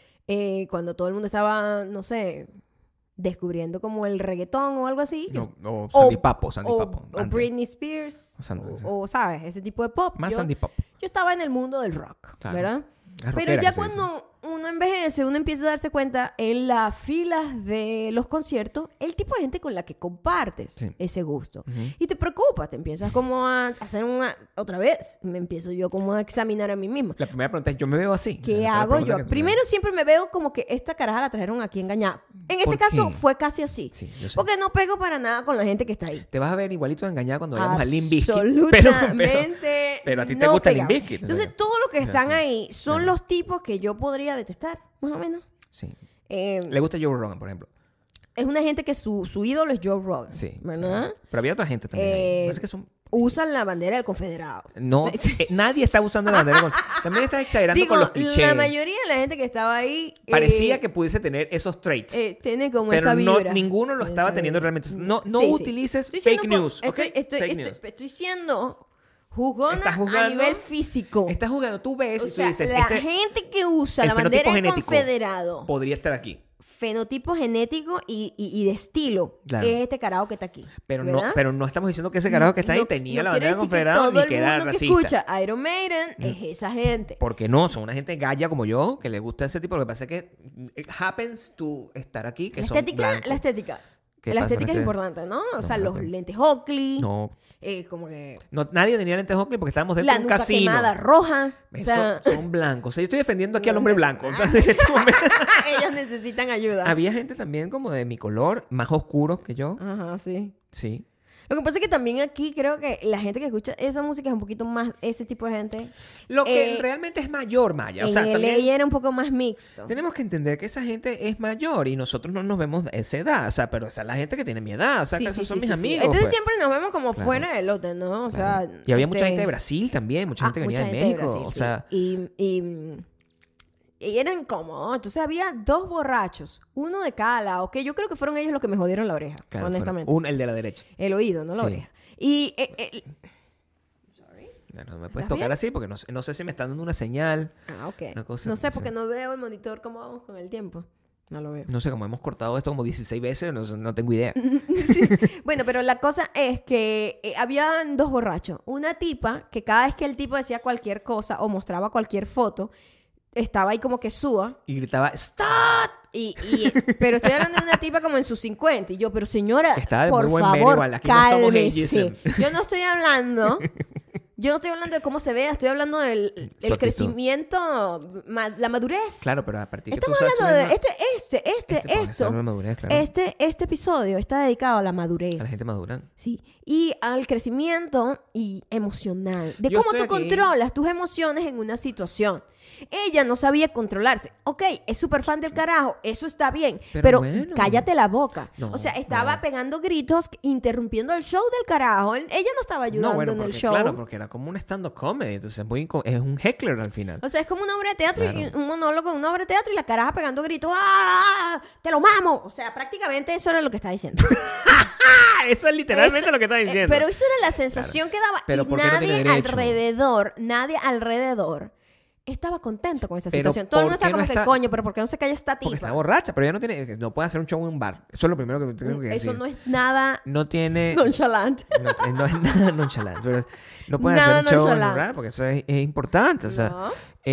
Cuando todo el mundo estaba, no sé, descubriendo como el reggaetón o algo así. O Sandy Papo. O Britney Spears. O, ¿sabes? Ese tipo de pop. Más Sandy Pop. Yo estaba en el mundo del rock, claro. ¿verdad? Pero Pero ya cuando uno envejece, uno empieza a darse cuenta en las filas de los conciertos el tipo de gente con la que compartes ese gusto. Y te preocupa, te empiezas como a hacer otra vez, me empiezo yo como a examinar a mí misma. La primera pregunta es, ¿yo me veo así? ¿Qué hago yo? Primero siempre me veo como que esta caraja la trajeron aquí engañada. En este caso fue casi así. Sí, yo sé. Porque no pego para nada con la gente que está ahí. Te vas a ver igualito engañada cuando vayamos a Limp Bizkit. Absolutamente. Pero a ti te gusta Limp Bizkit. Entonces, todos los que están ahí son los tipos que yo podría detestar, más o menos. Sí. Le gusta Joe Rogan, por ejemplo. Es una gente que su ídolo es Joe Rogan. Sí. ¿Verdad? Pero había otra gente también ahí. Parece que son... Usan la bandera del confederado. No, nadie está usando la bandera del confederado. También estás exagerando con los clichés. La mayoría de la gente que estaba ahí... Parecía que pudiese tener esos traits. Tiene como pero esa vibra. Pero ninguno lo estaba teniendo realmente. No utilices fake news. Estoy siendo... Jugona a nivel físico. Estás jugando, tú ves y tú dices... La gente que usa la bandera del confederado podría estar aquí. Fenotipo genético y de estilo. Claro. Es este carajo que está aquí. Pero no estamos diciendo que ese carajo que está ahí tenía la bandera del confederado ni que era racista. Todo el mundo que escucha Iron Maiden es esa gente. Porque no, son una gente galla como yo que le gusta ese tipo. Lo que pasa es que happens to estar aquí, que son blancos. La estética. La estética es importante, ¿no? O sea, los lentes Oakley. No. Como que... No, nadie tenía lentes Oakley porque estábamos dentro de un casino. La nuca quemada roja. O sea, son blancos. O sea, yo estoy defendiendo aquí al hombre blanco. O sea, en este momento... Ellos necesitan ayuda. Había gente también como de mi color, más oscuros que yo. Ajá, sí. Sí. Lo que pasa es que también aquí creo que la gente que escucha esa música es un poquito más ese tipo de gente. Lo que realmente es mayor, Maya. O sea, también era un poco más mixto. Tenemos que entender que esa gente es mayor y nosotros no nos vemos de esa edad. O sea, pero esa es la gente que tiene mi edad. O sea, que esos son mis amigos. Entonces pues. siempre nos vemos como fuera del lote, ¿no? O sea... Y había mucha gente de Brasil también. Mucha gente que venía de México. Brasil, o sea... Y era incómodo. Entonces había dos borrachos, uno de cada lado, que yo creo que fueron ellos los que me jodieron la oreja, claro, honestamente. El de la derecha. El oído, no la oreja. Y... No me puedes tocar así porque no sé si me están dando una señal. Ok. Una cosa, no sé, porque no veo el monitor cómo vamos con el tiempo. No lo veo. No sé, como hemos cortado esto como 16 veces, no tengo idea. Sí. Bueno, pero la cosa es que habían dos borrachos. Una tipa que cada vez que el tipo decía cualquier cosa o mostraba cualquier foto, estaba ahí como que suba. Y gritaba, ¡Stop! Pero estoy hablando de una tipa como en sus 50. Y yo, pero señora, está de por muy buen favor, igual. Aquí cálmese. no somos Yo no estoy hablando Yo no estoy hablando de cómo se vea, estoy hablando del crecimiento, la madurez. Claro, pero a partir de estamos hablando de este episodio está dedicado a la madurez. A la gente madura. Sí, y al crecimiento y emocional. De cómo tú controlas tus emociones en una situación. Ella no sabía controlarse. Ok, es súper fan del carajo, eso está bien, pero bueno, cállate la boca. No, o sea, estaba pegando gritos, interrumpiendo el show del carajo. Ella no estaba ayudando en el show. Claro, porque era como un stand-up comedy, entonces es un heckler al final. O sea, es como una obra de teatro, y un monólogo de una obra de teatro y la caraja pegando gritos. ¡Ah! ¡Te lo mamo! O sea, prácticamente eso era lo que estaba diciendo. Eso es literalmente lo que estaba diciendo. Pero eso era la sensación que daba. Pero y nadie alrededor estaba contento con esa situación. Todo el mundo estaba como que coño, pero ¿por qué no se calla esta tipa? Porque está borracha, pero ella no puede hacer un show en un bar. Eso es lo primero que tengo que decir. Eso no es nada nonchalant. No es nada nonchalant. Pero no puede hacer un show en un bar porque eso es importante. O sea,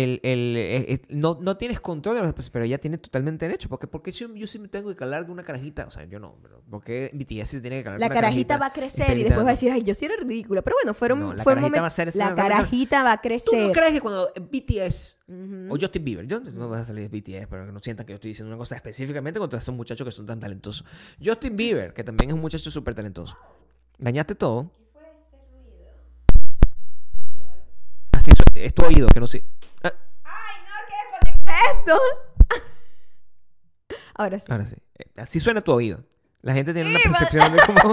no tienes control de los demás, pero ella tiene totalmente derecho. Porque yo sí me tengo que calar de una carajita. O sea, yo no. Porque BTS sí tiene que calar de una carajita. La carajita va a crecer y después va a decir, ay, yo sí era ridícula. Pero bueno, fue un momento. La carajita va a crecer. ¿Tú no crees que cuando BTS o Justin Bieber, yo no voy a salir de BTS para que no sientan que yo estoy diciendo una cosa específicamente contra estos muchachos que son tan talentosos? Justin Bieber, que también es un muchacho súper talentoso. Dañaste todo. ¿Qué fue ese ruido? Así es tu oído, que no sé. ¡Ay, no! ¿Qué desconecté esto? Ahora sí. Así suena tu oído. La gente tiene una percepción de cómo...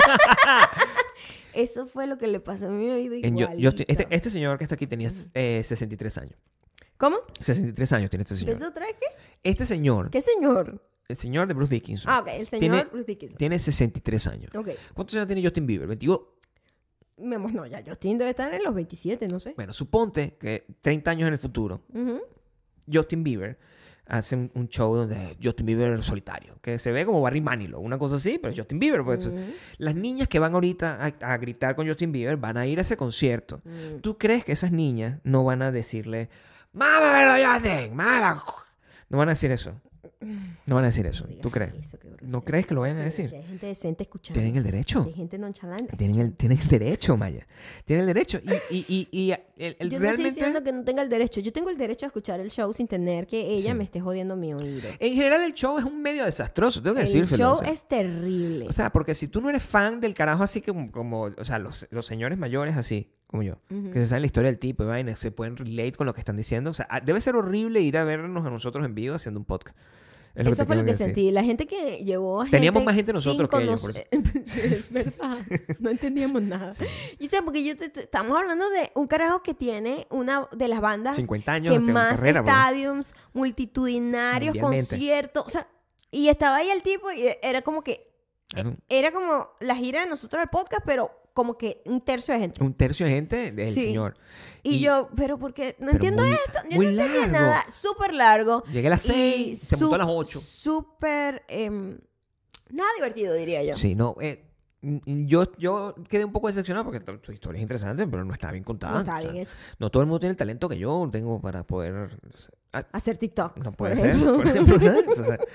Eso fue lo que le pasó a mi oído igualito. Este señor que está aquí tenía 63 años. ¿Cómo? 63 años tiene este señor. ¿Eso trae qué? Este señor... ¿Qué señor? El señor de Bruce Dickinson. Ah, ok. El señor Bruce Dickinson. Tiene 63 años. Okay. ¿Cuántos años tiene Justin Bieber? 22. No, ya Justin debe estar en los 27, no sé. Bueno, suponte que 30 años en el futuro, Justin Bieber hace un show donde Justin Bieber es solitario, que se ve como Barry Manilow, una cosa así, pero Justin Bieber. Pues, las niñas que van ahorita a gritar con Justin Bieber van a ir a ese concierto. ¿Tú crees que esas niñas no van a decirle, ¡mámamelo, Justin! ¡Mámala! No van a decir eso. No van a decir eso. ¿Tú crees? ¿No crees que lo vayan a decir? Hay gente decente escuchando. Tienen el derecho. Hay gente nonchalante. Tienen el derecho, Maya. Tienen el derecho. Y yo realmente... no estoy diciendo que no tenga el derecho. Yo tengo el derecho a escuchar el show sin tener que ella me esté jodiendo mi oído. En general el show es un medio desastroso, tengo que decírselo. El show es terrible. O sea, porque si tú no eres fan del carajo así como o sea, los señores mayores así, como yo, que se saben la historia del tipo y se pueden relate con lo que están diciendo. O sea, debe ser horrible ir a vernos a nosotros en vivo haciendo un podcast. Eso fue lo que sentí. La gente que llevó a teníamos más gente nosotros que ellos. Es verdad. No entendíamos nada. Sí. Y o sea, porque estamos hablando de un carajo que tiene una de las bandas 50 años que más estadios, multitudinarios, conciertos. O sea, y estaba ahí el tipo y era como que... Era como la gira de nosotros del podcast, pero como que un tercio de gente. Un tercio de gente del señor. Y yo, pero porque no entiendo esto. Yo no entendía nada. Súper largo. Llegué a las 6, se montó a las 8. Súper... nada divertido, diría yo. Sí, no... Yo quedé un poco decepcionado porque tu historia es interesante, pero no está bien contada. No está bien hecho. No todo el mundo tiene el talento que yo tengo para poder... hacer TikTok. No puede ser, por ejemplo. O sea,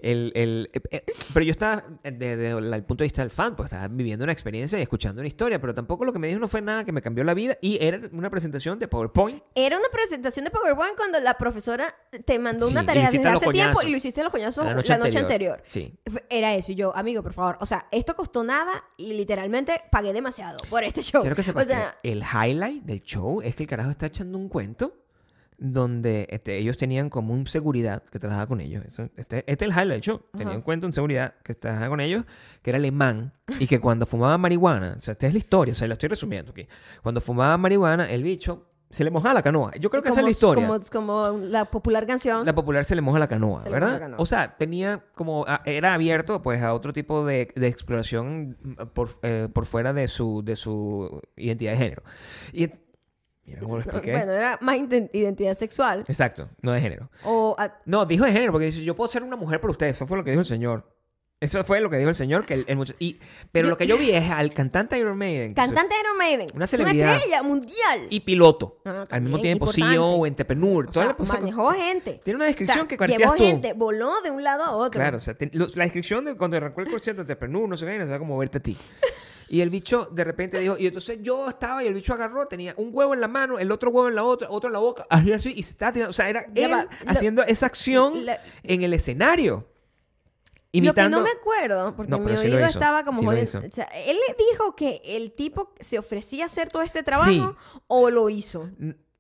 pero yo estaba desde el punto de vista del fan, pues estaba viviendo una experiencia y escuchando una historia, pero tampoco lo que me dijo no fue nada que me cambió la vida y era una presentación de PowerPoint. Era una presentación de PowerPoint cuando la profesora te mandó una tarea desde hace tiempo y lo hiciste a los coñazos la noche anterior. Sí. Era eso. Y yo, amigo, por favor, o sea, esto costó nada y literalmente pagué demasiado por este show. Quiero que sepas que el highlight del show es que el carajo está echando un cuento donde ellos tenían como un seguridad que trabajaba con ellos. Este es el highlight del show. Tenían un cuento, un seguridad que trabajaba con ellos, que era alemán, y que cuando fumaba marihuana, o sea, esta es la historia, o sea, la estoy resumiendo aquí. Cuando fumaba marihuana, el bicho se le mojaba la canoa. Yo creo que esa es la historia. Como la popular canción. La popular se le moja la canoa, ¿verdad? O sea, tenía como... Era abierto pues a otro tipo de exploración por fuera de su identidad de género. Y... Mira cómo lo expliqué. Bueno, era más identidad sexual. Exacto, no de género. No, dijo de género porque dice, yo puedo ser una mujer por ustedes. Eso fue lo que dijo el señor. Eso fue lo que dijo el señor. Pero lo que yo vi es al cantante Iron Maiden. Una celebridad. Una estrella mundial. Y piloto. Al mismo tiempo, importante. CEO, entrepreneur. O sea, manejó gente. Tiene una descripción que parecías llevó tú. gente, voló de un lado a otro. Claro, o sea, la descripción de cuando arrancó el concierto de entrepreneur, no sé qué, no sé cómo verte a ti. Y el bicho de repente dijo, y entonces yo estaba y el bicho agarró, tenía un huevo en la mano, el otro huevo en la otra, otro en la boca, así, y se estaba tirando. O sea, era él haciendo esa acción en el escenario. Imitando... Lo que no me acuerdo, porque mi oído estaba como jodiendo. O sea, él le dijo que el tipo se ofrecía a hacer todo este trabajo o lo hizo.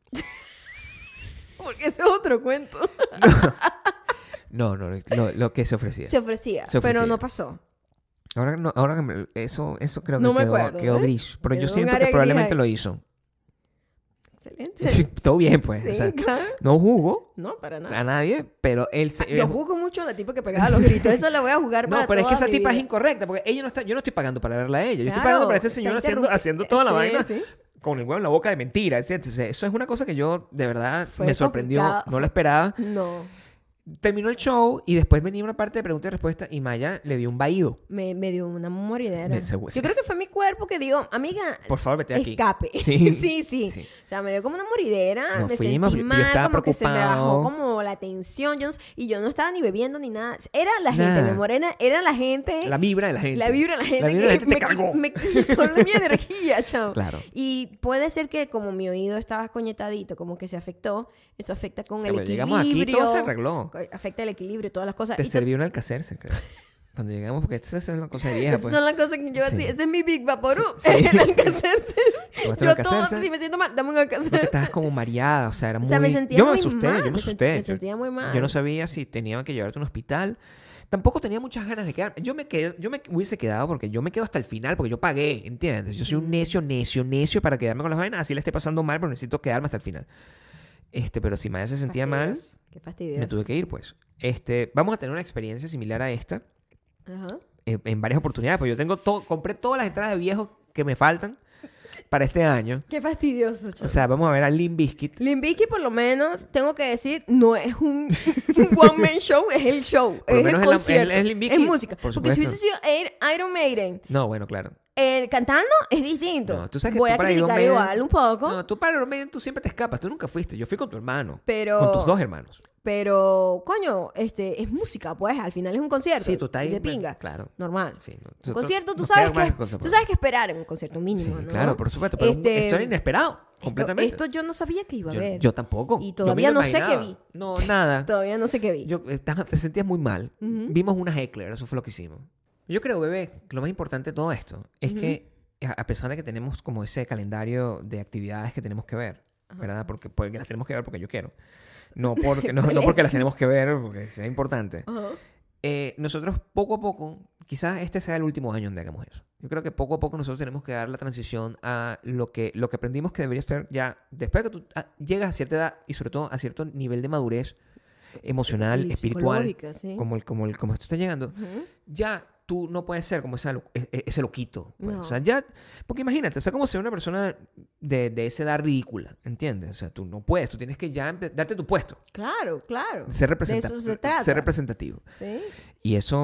Porque ese es otro cuento. No, lo que se ofrecía. Se ofrecía, pero no pasó. Ahora que eso creo que quedó gris. Pero yo siento que probablemente lo hizo. Excelente. Sí, todo bien, pues. Sí, o sea, claro. no juzgo. No, para nada. A nadie, pero él se... Yo juzgo mucho a la tipa que pegaba los gritos. Eso la voy a jugar para No, pero es que esa tipa vida. es incorrecta, porque ella no está... Yo no estoy pagando para verla a ella. Yo estoy pagando para ese señor haciendo toda la vaina con el huevo en la boca de mentira, etc. Eso es una cosa que yo, de verdad, me sorprendió. No lo esperaba. No. Terminó el show y después venía una parte de pregunta y respuesta y Maya le dio un vaído. Me dio una moridera. Yo creo que fue mi cuerpo que dijo, amiga, por favor, vete aquí. Escape. Sí. O sea, me dio como una moridera. Me sentí mal, como que se me bajó como la tensión. Yo no estaba ni bebiendo ni nada. Era la gente, mi morena, era la gente. La vibra de la gente. La vibra de la gente. La vibra de la gente te cargó. Me quitó mi energía, chao. Claro. Y puede ser que como mi oído estaba coñetadito, como que se afectó. Eso afecta con el equilibrio. Llegamos aquí, todo se arregló. Afecta el equilibrio y todas las cosas. Te serví un Alcacerse, creo. Cuando llegamos, porque esa es una cosa vieja. Esas son las cosas que yo hacía. Ese es mi Big Vaporú. Sí. El Alcacerse. Yo todo, si me siento mal, dame un Alcacerse. Porque estabas como mareada, o sea, era muy... me sentía yo me muy asusté, mal. yo me asusté. Me sentía muy mal. Yo no sabía si tenía que llevarte a un hospital. Tampoco tenía muchas ganas de quedarme. Yo me hubiese quedado porque yo me quedo hasta el final porque yo pagué, ¿entiendes? Yo soy un necio para quedarme con las vainas. Así le esté pasando mal, pero necesito quedarme hasta el final. Pero si Maya se sentía mal, qué fastidioso. me tuve que ir, pues. Vamos a tener una experiencia similar a esta. Ajá. En varias oportunidades. Pues yo compré todas las entradas de viejos que me faltan para este año. Qué fastidioso, chaval. O sea, vamos a ver a Limp Bizkit. Limp Bizkit, por lo menos, tengo que decir, no es un one-man show, es el show. Por es lo el menos concierto. es Limp Bizkit. Es música. Por Porque si hubiese sido Iron Maiden. No, bueno, claro. Cantando es distinto. No, tú sabes que voy tú a para criticar Iron Maiden, igual un poco. No, tú para Iron Maiden tú siempre te escapas. Tú nunca fuiste. Yo fui con tu hermano. Pero... Con tus dos hermanos. Pero, coño, es música, pues. Al final es un concierto. Sí, tú estás ahí. De pinga. Claro. Normal. Sí, un concierto, tú sabes que esperar en un concierto mínimo, sí, ¿no? claro, por supuesto. Pero esto era inesperado. Completamente. Esto yo no sabía que iba a ver. Yo tampoco. Y todavía no sé qué vi. No, nada. Todavía no sé qué vi. Te sentías muy mal. Vimos unas Heckler, eso fue lo que hicimos. Yo creo, bebé, que lo más importante de todo esto es que, a pesar de que tenemos como ese calendario de actividades que tenemos que ver, ¿verdad? Porque las tenemos que ver porque yo quiero. No porque las tenemos que ver, porque sea importante. Nosotros poco a poco, quizás este sea el último año donde hagamos eso. Yo creo que poco a poco nosotros tenemos que dar la transición a lo que aprendimos que debería ser ya, después de que tú llegas a cierta edad y sobre todo a cierto nivel de madurez emocional, espiritual, ¿sí? como esto está llegando, ya tú no puedes ser como ese loquito. Pues. No. O sea, ya... Porque imagínate, o sea, como ser una persona de esa edad ridícula, ¿entiendes? O sea, tú no puedes, tú tienes que ya darte tu puesto. Claro. Ser representativo. De eso se trata. Ser representativo. Sí. Y eso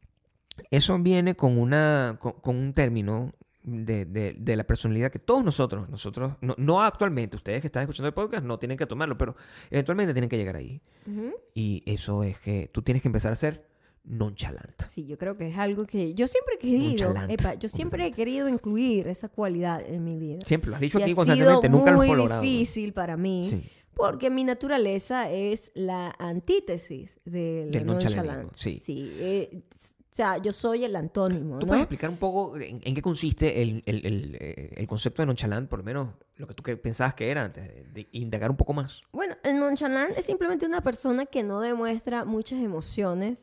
viene con un término de la personalidad que todos nosotros no actualmente, ustedes que están escuchando el podcast no tienen que tomarlo, pero eventualmente tienen que llegar ahí. Y eso es que tú tienes que empezar a ser nonchalante. Sí, yo creo que es algo que yo siempre he querido. Yo siempre he querido incluir esa cualidad en mi vida. Siempre lo has dicho aquí constantemente, nunca lo has logrado. Es muy difícil para mí. Sí. Porque mi naturaleza es la antítesis del nonchalante. Sí. O sea, yo soy el antónimo. ¿Tú puedes explicar un poco en qué consiste el concepto de nonchalant, por lo menos lo que tú pensabas que era, antes de indagar un poco más? Bueno, el nonchalant es simplemente una persona que no demuestra muchas emociones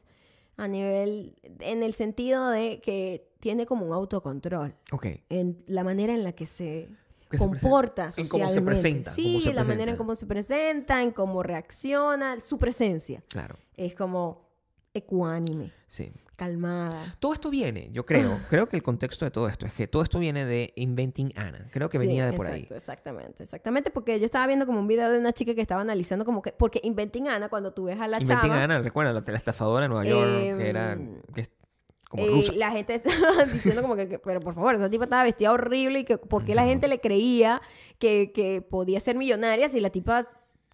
en el sentido de que tiene como un autocontrol. Okay. En la manera en la que se comporta socialmente. En cómo se presenta. Sí, en la manera en cómo se presenta, en cómo reacciona, su presencia. Claro. Es como ecuánime. Sí. Calmada. Todo esto viene, yo creo que el contexto de todo esto es que todo esto viene de Inventing Anna. Creo que venía de por ahí. Exactamente, porque yo estaba viendo como un video de una chica que estaba analizando como que... Porque Inventing Anna, cuando tú ves a la chava... Inventing Anna, recuerda, la estafadora de Nueva York, que era... como rusa. La gente estaba diciendo como que, pero por favor, esa tipa estaba vestida horrible y que por qué la gente le creía que podía ser millonaria si la tipa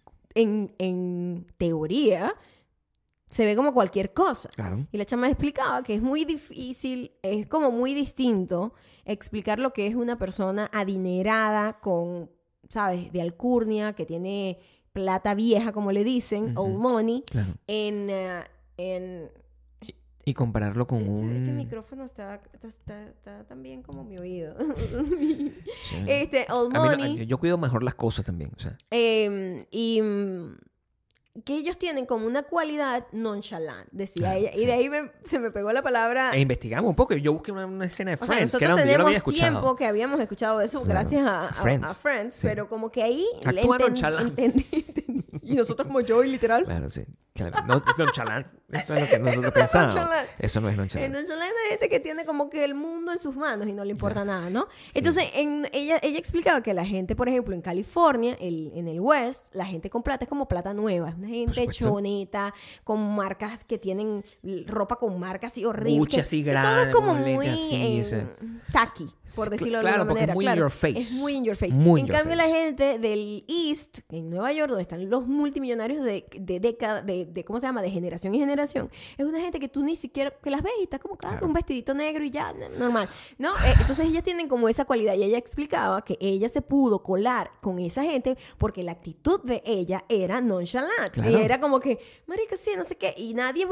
en teoría se ve como cualquier cosa. Claro. Y la chama explicaba que es muy difícil, es como muy distinto explicar lo que es una persona adinerada con, ¿sabes? De alcurnia, que tiene plata vieja, como le dicen, old money, claro. Y compararlo con Este micrófono está también como mi oído. Sí. Old money. Yo cuido mejor las cosas también, o sea. Que ellos tienen como una cualidad nonchalant, decía ella. Sí. Y de ahí se me pegó la palabra. E investigamos un poco. Yo busqué una escena de Friends, que era donde yo lo había escuchado. Tiempo que habíamos escuchado eso, claro, gracias a Friends. Sí. Pero como que ahí actúa nonchalant. Entendí. Y nosotros como Joey, literal. Claro, sí. Claro. No, nonchalant. Eso es lo que nosotros pensamos. Eso no es nonchalant. Nonchalant es gente que tiene como que el mundo en sus manos y no le importa nada, ¿no? Sí. Entonces, ella explicaba que la gente, por ejemplo, en California, en el West, la gente con plata es como plata nueva. Es una gente choneta, con marcas que tienen ropa con marcas así horribles. Mucha así grande. Todo es como muy tacky, por decirlo de alguna manera. Es muy in your face. Es muy in your face. En cambio, la gente del East, en Nueva York, donde están los multimillonarios de década, de ¿cómo se llama? De generación y generación, es una gente que tú ni siquiera, que las ves y está como claro, un vestidito negro y ya, normal, ¿no? Entonces ellas tienen como esa cualidad, y ella explicaba que ella se pudo colar con esa gente porque la actitud de ella era nonchalant. Claro. Y era como que, marica, sí, no sé qué, y nadie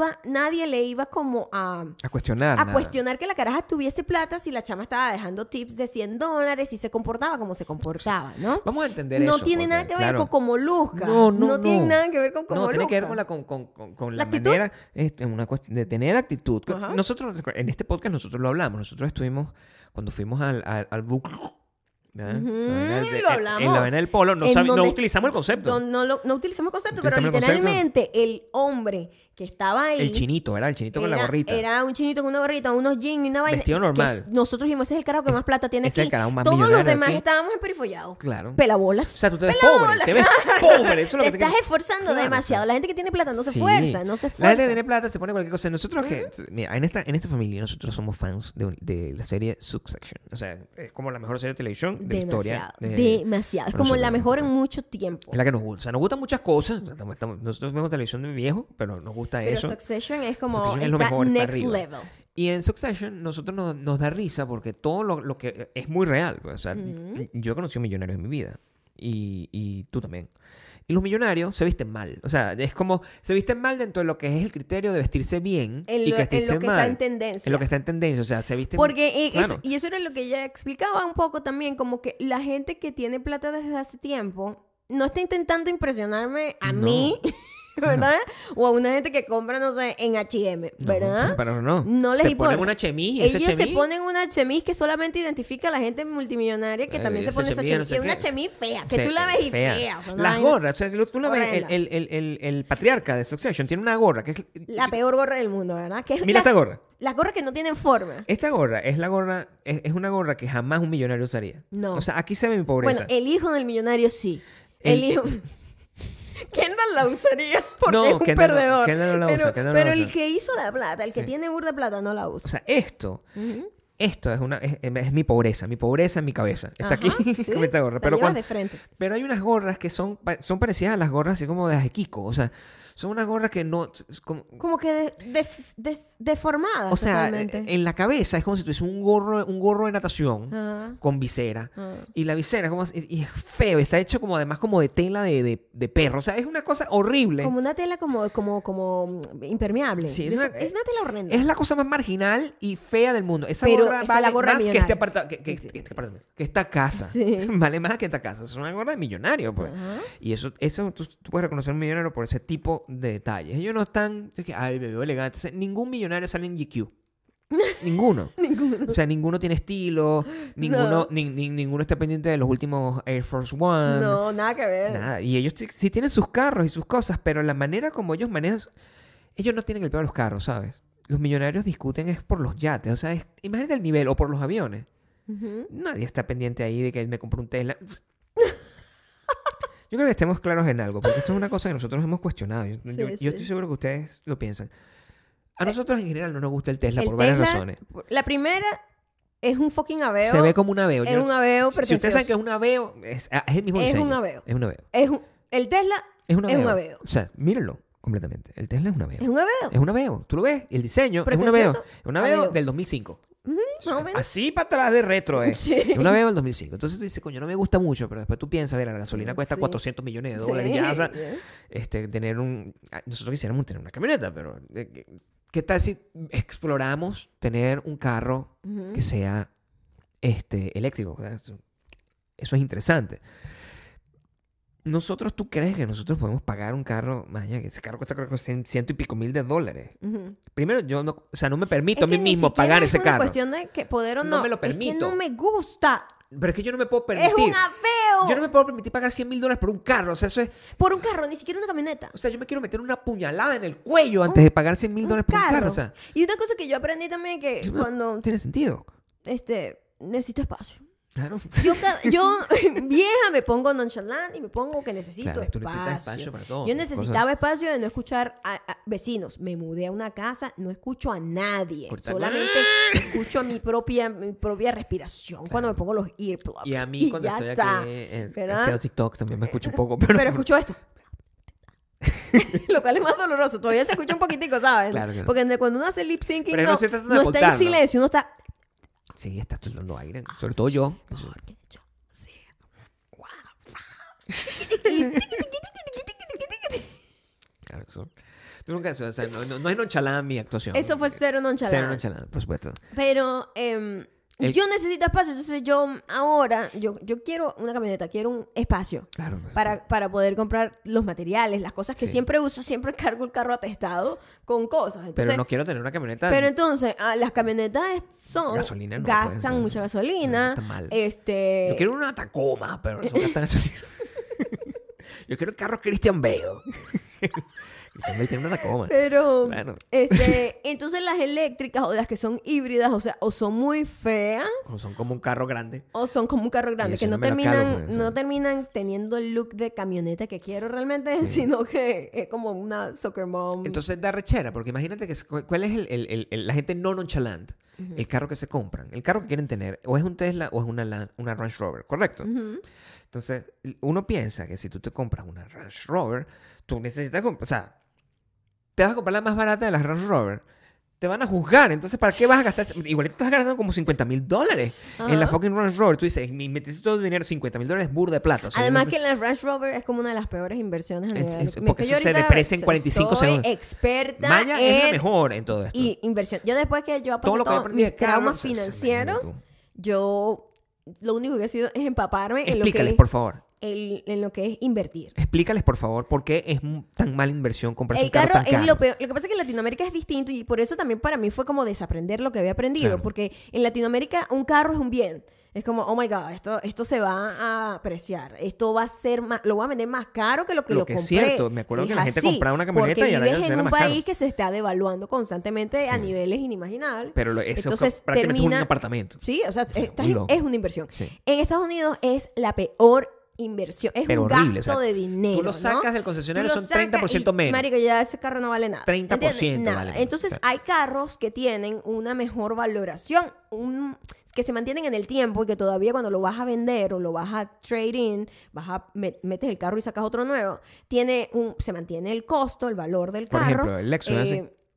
le iba como a cuestionar que la caraja tuviese plata si la chama estaba dejando tips de $100 y se comportaba como se comportaba, ¿no? Vamos a entender eso. No tiene nada que ver con cómo luzca. No tiene nada que ver con cómo luzca. No, tiene que ver con la manera, una cuestión de tener actitud. Uh-huh. Nosotros, en este podcast, nosotros lo hablamos. Nosotros estuvimos, cuando fuimos al book... Lo hablamos. En la Avenida del Polo no utilizamos el concepto. No utilizamos el concepto, pero literalmente el hombre que estaba ahí, el chinito, ¿verdad? El chinito con la gorrita. Era un chinito con una gorrita, unos jeans y una vaina. Vestido normal. Nosotros dijimos, ese es el carajo que más plata tiene aquí. Todos los demás estábamos emperifollados. Claro. Pelabolas. O sea, tú te ves pobre. Te ves pobre. Eso es lo que te estás esforzando demasiado. La gente que tiene plata no se esfuerza. La gente que tiene plata se pone cualquier cosa. Nosotros mira, en esta familia nosotros somos fans de la serie Succession. O sea, es como la mejor serie de televisión de la historia. Demasiado. Es como la mejor en mucho tiempo. Es la que nos gusta. O sea, nos gustan muchas cosas. Nosotros vemos televisión de viejo, pero nos gusta eso. Succession es como Succession es lo mejor, next level. Y en Succession nosotros nos da risa porque todo lo que es muy real. O sea, yo he conocido millonarios en mi vida. Y tú también. Y los millonarios se visten mal. O sea, es como se visten mal dentro de lo que es el criterio de vestirse bien en lo que está en tendencia. En lo que está en tendencia. O sea, se visten... Porque y eso era lo que ella explicaba un poco también, como que la gente que tiene plata desde hace tiempo no está intentando impresionarme a mí... ¿verdad? O a una gente que compra, no sé, en H&M, ¿verdad? Pero no les se importa. Ponen una chemise. Ellos se ponen una chemise que solamente identifica a la gente multimillonaria que también se pone esa chemise. No sé, una chemise fea, que tú la ves y fea. O sea, las gorras, o sea, tú la ves, el patriarca de Succession tiene una gorra que es... La peor gorra del mundo, ¿verdad? Que es mira esta gorra. Las gorras que no tienen forma. Esta gorra es una gorra que jamás un millonario usaría. No. O sea, aquí se ve mi pobreza. Bueno, el hijo del millonario sí. El hijo... Kendall la usaría porque es un perdedor. Kendall no la usa. Pero el que hizo la plata, el que tiene burda de plata, no la usa. O sea, esto es mi pobreza en mi cabeza. Está aquí con esta gorra. Pero hay unas gorras que son parecidas a las gorras así como de Kiko. O sea, son unas gorras que no... Como que deformadas. O sea, en la cabeza es como si tuviese un gorro de natación con visera. Y la visera y es feo. Está hecho como además como de tela de perro. O sea, es una cosa horrible. Como una tela como impermeable. Sí, es una tela horrenda. Es la cosa más marginal y fea del mundo. Esa gorra vale la gorra más millonaria. que esta casa. Sí. Vale más que esta casa. Es una gorra de millonario, pues. Y eso tú puedes reconocer un millonario por ese tipo de detalles. Ellos no están... Ay, me veo elegante. O sea, ningún millonario sale en GQ. Ninguno. O sea, ninguno tiene estilo. Ninguno está pendiente de los últimos Air Force One. No, nada que ver. Nada. Y ellos sí tienen sus carros y sus cosas, pero la manera como ellos manejan... Ellos no tienen el peor de los carros, ¿sabes? Los millonarios discuten es por los yates. O sea, imagínate el nivel. O por los aviones. Nadie está pendiente ahí de que me compre un Tesla. Yo creo que estemos claros en algo, porque esto es una cosa que nosotros hemos cuestionado. Yo estoy seguro que ustedes lo piensan. A nosotros en general no nos gusta el Tesla por varias razones. La primera es un fucking Aveo. Se ve como un Aveo. Es un Aveo pretencioso. Si ustedes saben que es un Aveo, es el mismo diseño. Es un Aveo. Es un Aveo. El Tesla es un Aveo. O sea, mírenlo completamente. El Tesla es un Aveo. Es un Aveo. Es un Aveo. Tú lo ves, el diseño es un Aveo. Es un Aveo del 2005. más o menos. Así para atrás de retro, Sí. Una vez en el 2005. Entonces tú dices, coño, no me gusta mucho, pero después tú piensas, la gasolina cuesta $400 millones ya, o sea, tener nosotros quisiéramos tener una camioneta, pero ¿qué tal si exploramos tener un carro que sea eléctrico? Eso es interesante. ¿Tú crees que nosotros podemos pagar un carro? Que ese carro cuesta creo que ciento y pico mil de dólares. Primero, yo no me permito a mí mismo pagar ese carro. Es cuestión de que poder o no. No me lo permito. Es que no me gusta. Pero es que yo no me puedo permitir. Es un apeo. Yo no me puedo permitir pagar $100,000 por un carro. O sea, eso es... Por un carro, ni siquiera una camioneta. O sea, yo me quiero meter una puñalada en el cuello antes de pagar $100,000 por un carro. O sea, y una cosa que yo aprendí también que cuando... Tiene sentido. Necesito espacio. Claro. Yo vieja me pongo nonchalant y me pongo que necesito Tú necesitas espacio para todo. Yo necesitaba espacio de no escuchar a vecinos. Me mudé a una casa, no escucho a nadie. Solamente escucho mi propia respiración cuando me pongo los earplugs. Y a mí cuando estoy aquí haciendo TikTok también me escucho un poco. Pero escucho esto. Lo cual es más doloroso. Todavía se escucha un poquitico, ¿sabes? Claro. Porque cuando uno hace lip syncing no está en silencio, uno está... Sí, estás soltando aire. Sobre todo yo. Porque yo sé. Claro, tú nunca... O sea, no es nonchalant mi actuación. Eso fue cero nonchalant. Cero nonchalant, por supuesto. Pero... yo necesito espacio, entonces yo quiero una camioneta, quiero un espacio. Claro. Para poder comprar los materiales, las cosas que siempre uso, siempre cargo el carro atestado con cosas. Entonces, pero no quiero tener una camioneta. Pero entonces, las camionetas gasolina no, gastan mucha gasolina. Está mal. Yo quiero una Tacoma, pero eso gasta gasolina. Yo quiero el carro Christian Bale. Christian Bale tiene una Tacoma. Pero, entonces las eléctricas o las que son híbridas, o sea, o son muy feas. O son como un carro grande. Que no terminan teniendo el look de camioneta que quiero realmente, sino que es como una soccer mom. Entonces da rechera, porque imagínate cuál es la gente no nonchalant. El carro que se compran, el carro que quieren tener, o es un Tesla o es una Range Rover, ¿correcto? Entonces, uno piensa que si tú te compras una Range Rover, tú necesitas comprar, o sea, te vas a comprar la más barata de las Range Rover, te van a juzgar. Entonces, ¿para qué vas a gastar? Igualito estás gastando como $50,000 en la fucking Range Rover. Tú dices, metiste todo el dinero, $50,000 es burda de plata. O sea, además que la Range Rover es como una de las peores inversiones. Porque eso se deprecia en 45 segundos. Soy experta Maya es la mejor en todo esto. Y inversión. Yo después que yo pasé todos mis traumas financieros, yo lo único que he sido es empaparme en lo que Explícales, por favor. En lo que es invertir. Explícales, por favor, por qué es tan mala inversión comprarse un carro tan caro. Es lo peor. Lo que pasa es que en Latinoamérica es distinto y por eso también para mí fue como desaprender lo que había aprendido. Claro. Porque en Latinoamérica un carro es un bien. Es como, oh my God, esto se va a apreciar. Esto va a ser más, lo voy a vender más caro que lo que lo compré. Es cierto. Me acuerdo que la gente compraba una camioneta y ahora ya se vives en un país que se está devaluando constantemente a niveles inimaginables. Pero eso es prácticamente un apartamento. Sí, o sea, es una inversión. Sí. En Estados Unidos es la peor inversión. Es un horrible, gasto de dinero. Tú lo sacas del concesionario, son 30% menos. Marico, ya ese carro no vale nada. 30% nada. Vale. Entonces, hay carros que tienen una mejor valoración, que se mantienen en el tiempo y que todavía cuando lo vas a vender o lo vas a trade in, metes el carro y sacas otro nuevo, se mantiene el costo, el valor del carro. Por ejemplo, el Lexus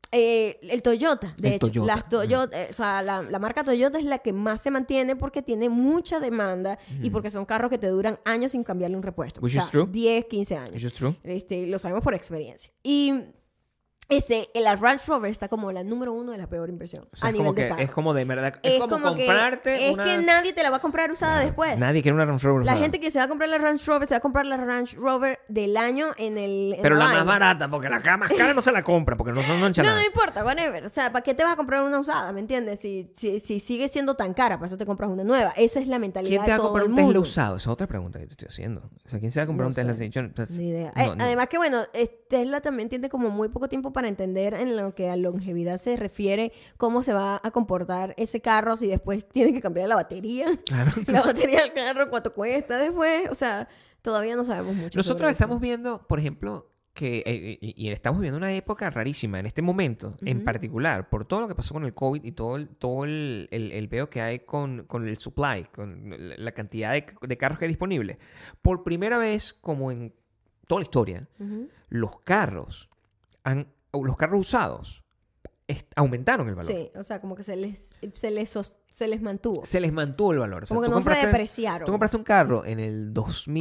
el Toyota, de hecho. Toyota. Las Toyota, o sea, la marca Toyota es la que más se mantiene porque tiene mucha demanda y porque son carros que te duran años sin cambiarle un repuesto. Which is true. 10, 15 años. Which is true. Lo sabemos por experiencia. Y la Range Rover está como la número 1 de la peor inversión. O sea, a nivel de carro. Es como de verdad. Es como comprarte Es que nadie te la va a comprar usada después. Nadie quiere una Range Rover usada. La gente que se va a comprar la Range Rover, se va a comprar la Range Rover del año Pero la más barata, porque la más cara no se la compra, porque no son nonchalantes. No importa, whatever. O sea, ¿para qué te vas a comprar una usada? ¿Me entiendes? Si sigue siendo tan cara, para eso te compras una nueva. Esa es la mentalidad de todo el mundo. ¿Quién te va a comprar un Tesla usado? Esa es otra pregunta que te estoy haciendo. O sea, ¿quién se va a comprar un Tesla así? Ni idea. Además que, bueno, Tesla también tiene como muy poco tiempo para entender en lo que a longevidad se refiere, cómo se va a comportar ese carro si después tiene que cambiar la batería. Claro. La batería del carro, cuánto cuesta después. O sea, todavía no sabemos mucho. Nosotros estamos viendo, por ejemplo, y estamos viendo una época rarísima en este momento, en particular, por todo lo que pasó con el COVID y todo el peo que hay con el supply, con la cantidad de carros que hay disponibles. Por primera vez, como en toda la historia, los carros usados aumentaron el valor. Sí, o sea, como que se les mantuvo. Se les mantuvo el valor. O sea, como que no se depreciaron. Tú compraste un carro en el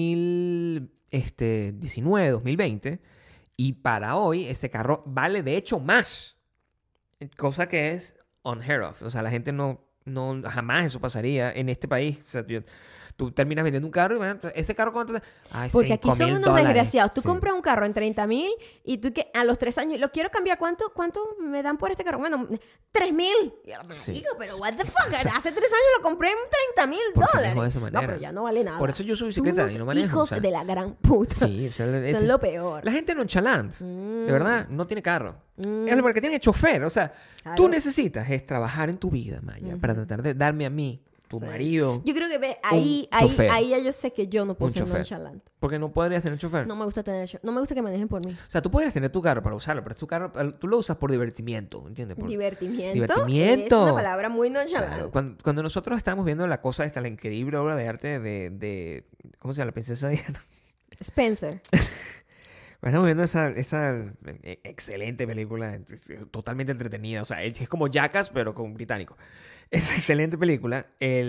2019, 2020, y para hoy ese carro vale de hecho más. Cosa que es unheard of. O sea, la gente no jamás eso pasaría en este país. O sea, tú terminas vendiendo un carro y ese carro ¿cuánto? Ay, porque aquí son unos desgraciados. Tú compras un carro en 30,000 y tú que a los 3 años lo quiero cambiar. ¿Cuánto me dan por este carro? Bueno, 3,000. Sí. Digo, pero what the fuck, o sea, hace 3 años lo compré en $30,000. De esa manera. No, pero ya no vale nada. Por eso yo soy bicicleta y no manejo. Hijos de la gran puta. Sí, o sea, son lo peor. La gente nonchalant, de verdad, no tiene carro. Es porque tiene chofer. O sea, tú necesitas trabajar en tu vida, Maya, para tratar de darme a mí, tu marido. Yo creo que ahí ya yo sé que yo no puedo ser nonchalant. Porque no podrías tener chofer. No me gusta que manejen por mí. O sea, tú podrías tener tu carro para usarlo, pero es tu carro, tú lo usas por divertimiento, ¿entiendes? ¿Divertimiento? Es una palabra muy nonchalant. Claro, cuando nosotros estábamos viendo la cosa esta, la increíble obra de arte de ¿cómo se llama? La princesa Diana. Spencer. Estamos viendo esa excelente película, totalmente entretenida. O sea, es como Jackass, pero con británico. Esa excelente película.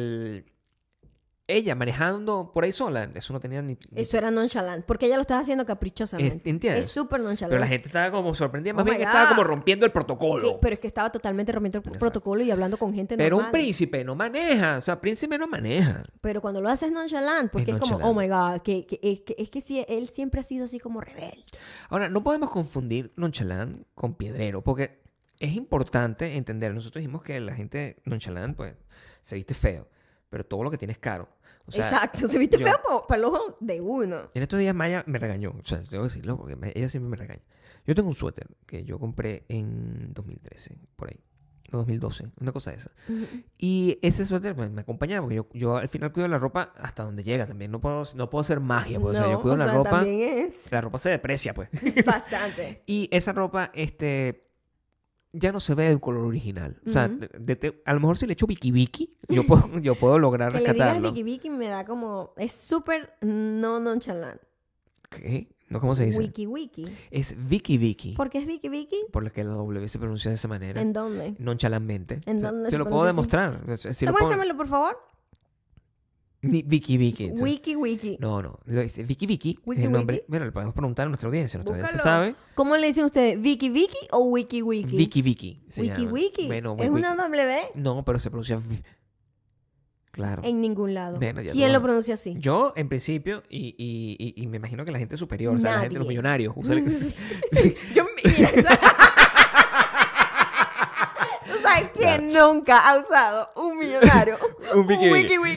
Ella manejando por ahí sola, eso no tenía ni... Eso era nonchalant, porque ella lo estaba haciendo caprichosamente. ¿Entiendes? Es súper nonchalant. Pero la gente estaba como sorprendida, más bien que estaba como rompiendo el protocolo. Sí, pero es que estaba totalmente rompiendo el protocolo y hablando con gente normal. Pero un príncipe no maneja, o sea, príncipe no maneja. Pero cuando lo haces nonchalant, porque es como, oh my God, es que sí, él siempre ha sido así como rebelde. Ahora, no podemos confundir nonchalant con piedrero, porque es importante entender, nosotros dijimos que la gente nonchalant, pues, se viste feo. Pero todo lo que tiene es caro. O sea, exacto, se viste feo para el ojo de uno. En estos días Maya me regañó. O sea, tengo que decirlo porque ella siempre me regaña. Yo tengo un suéter que yo compré en 2013, por ahí. No, 2012, una cosa de esa. Uh-huh. Y ese suéter me acompañaba porque yo al final cuido la ropa hasta donde llega también. No puedo hacer magia. Pues. No, o sea, yo cuido la ropa. La ropa se deprecia, pues. Es bastante. Y esa ropa, ya no se ve el color original. O sea, a lo mejor si le echo Vicky, yo puedo lograr que rescatarlo. Le digas Vicky me da como... Es súper no nonchalant. ¿Qué? ¿No? ¿Cómo se dice? Wiki. Es Vicky. ¿Por qué es Vicky? Por la que la W se pronuncia de esa manera. ¿En dónde? Nonchalantmente. ¿En dónde te lo puedo demostrar. Demuéstramelo, por favor. Vicky. Wiki. No. Lo dice Vicky. Es el nombre. Bueno, le podemos preguntar a nuestra audiencia. Nuestra audiencia sabe. ¿Cómo le dicen ustedes? ¿Vicky o Wiki? Vicky. Wiki. Bueno, ¿es una W? No, pero se pronuncia claro. En ningún lado. Bueno, ¿Quién lo pronuncia así? Yo, en principio, y me imagino que la gente superior, o sea, la gente de los millonarios. Mira, ¿sabes quién nunca ha usado un millonario? Un Wiki.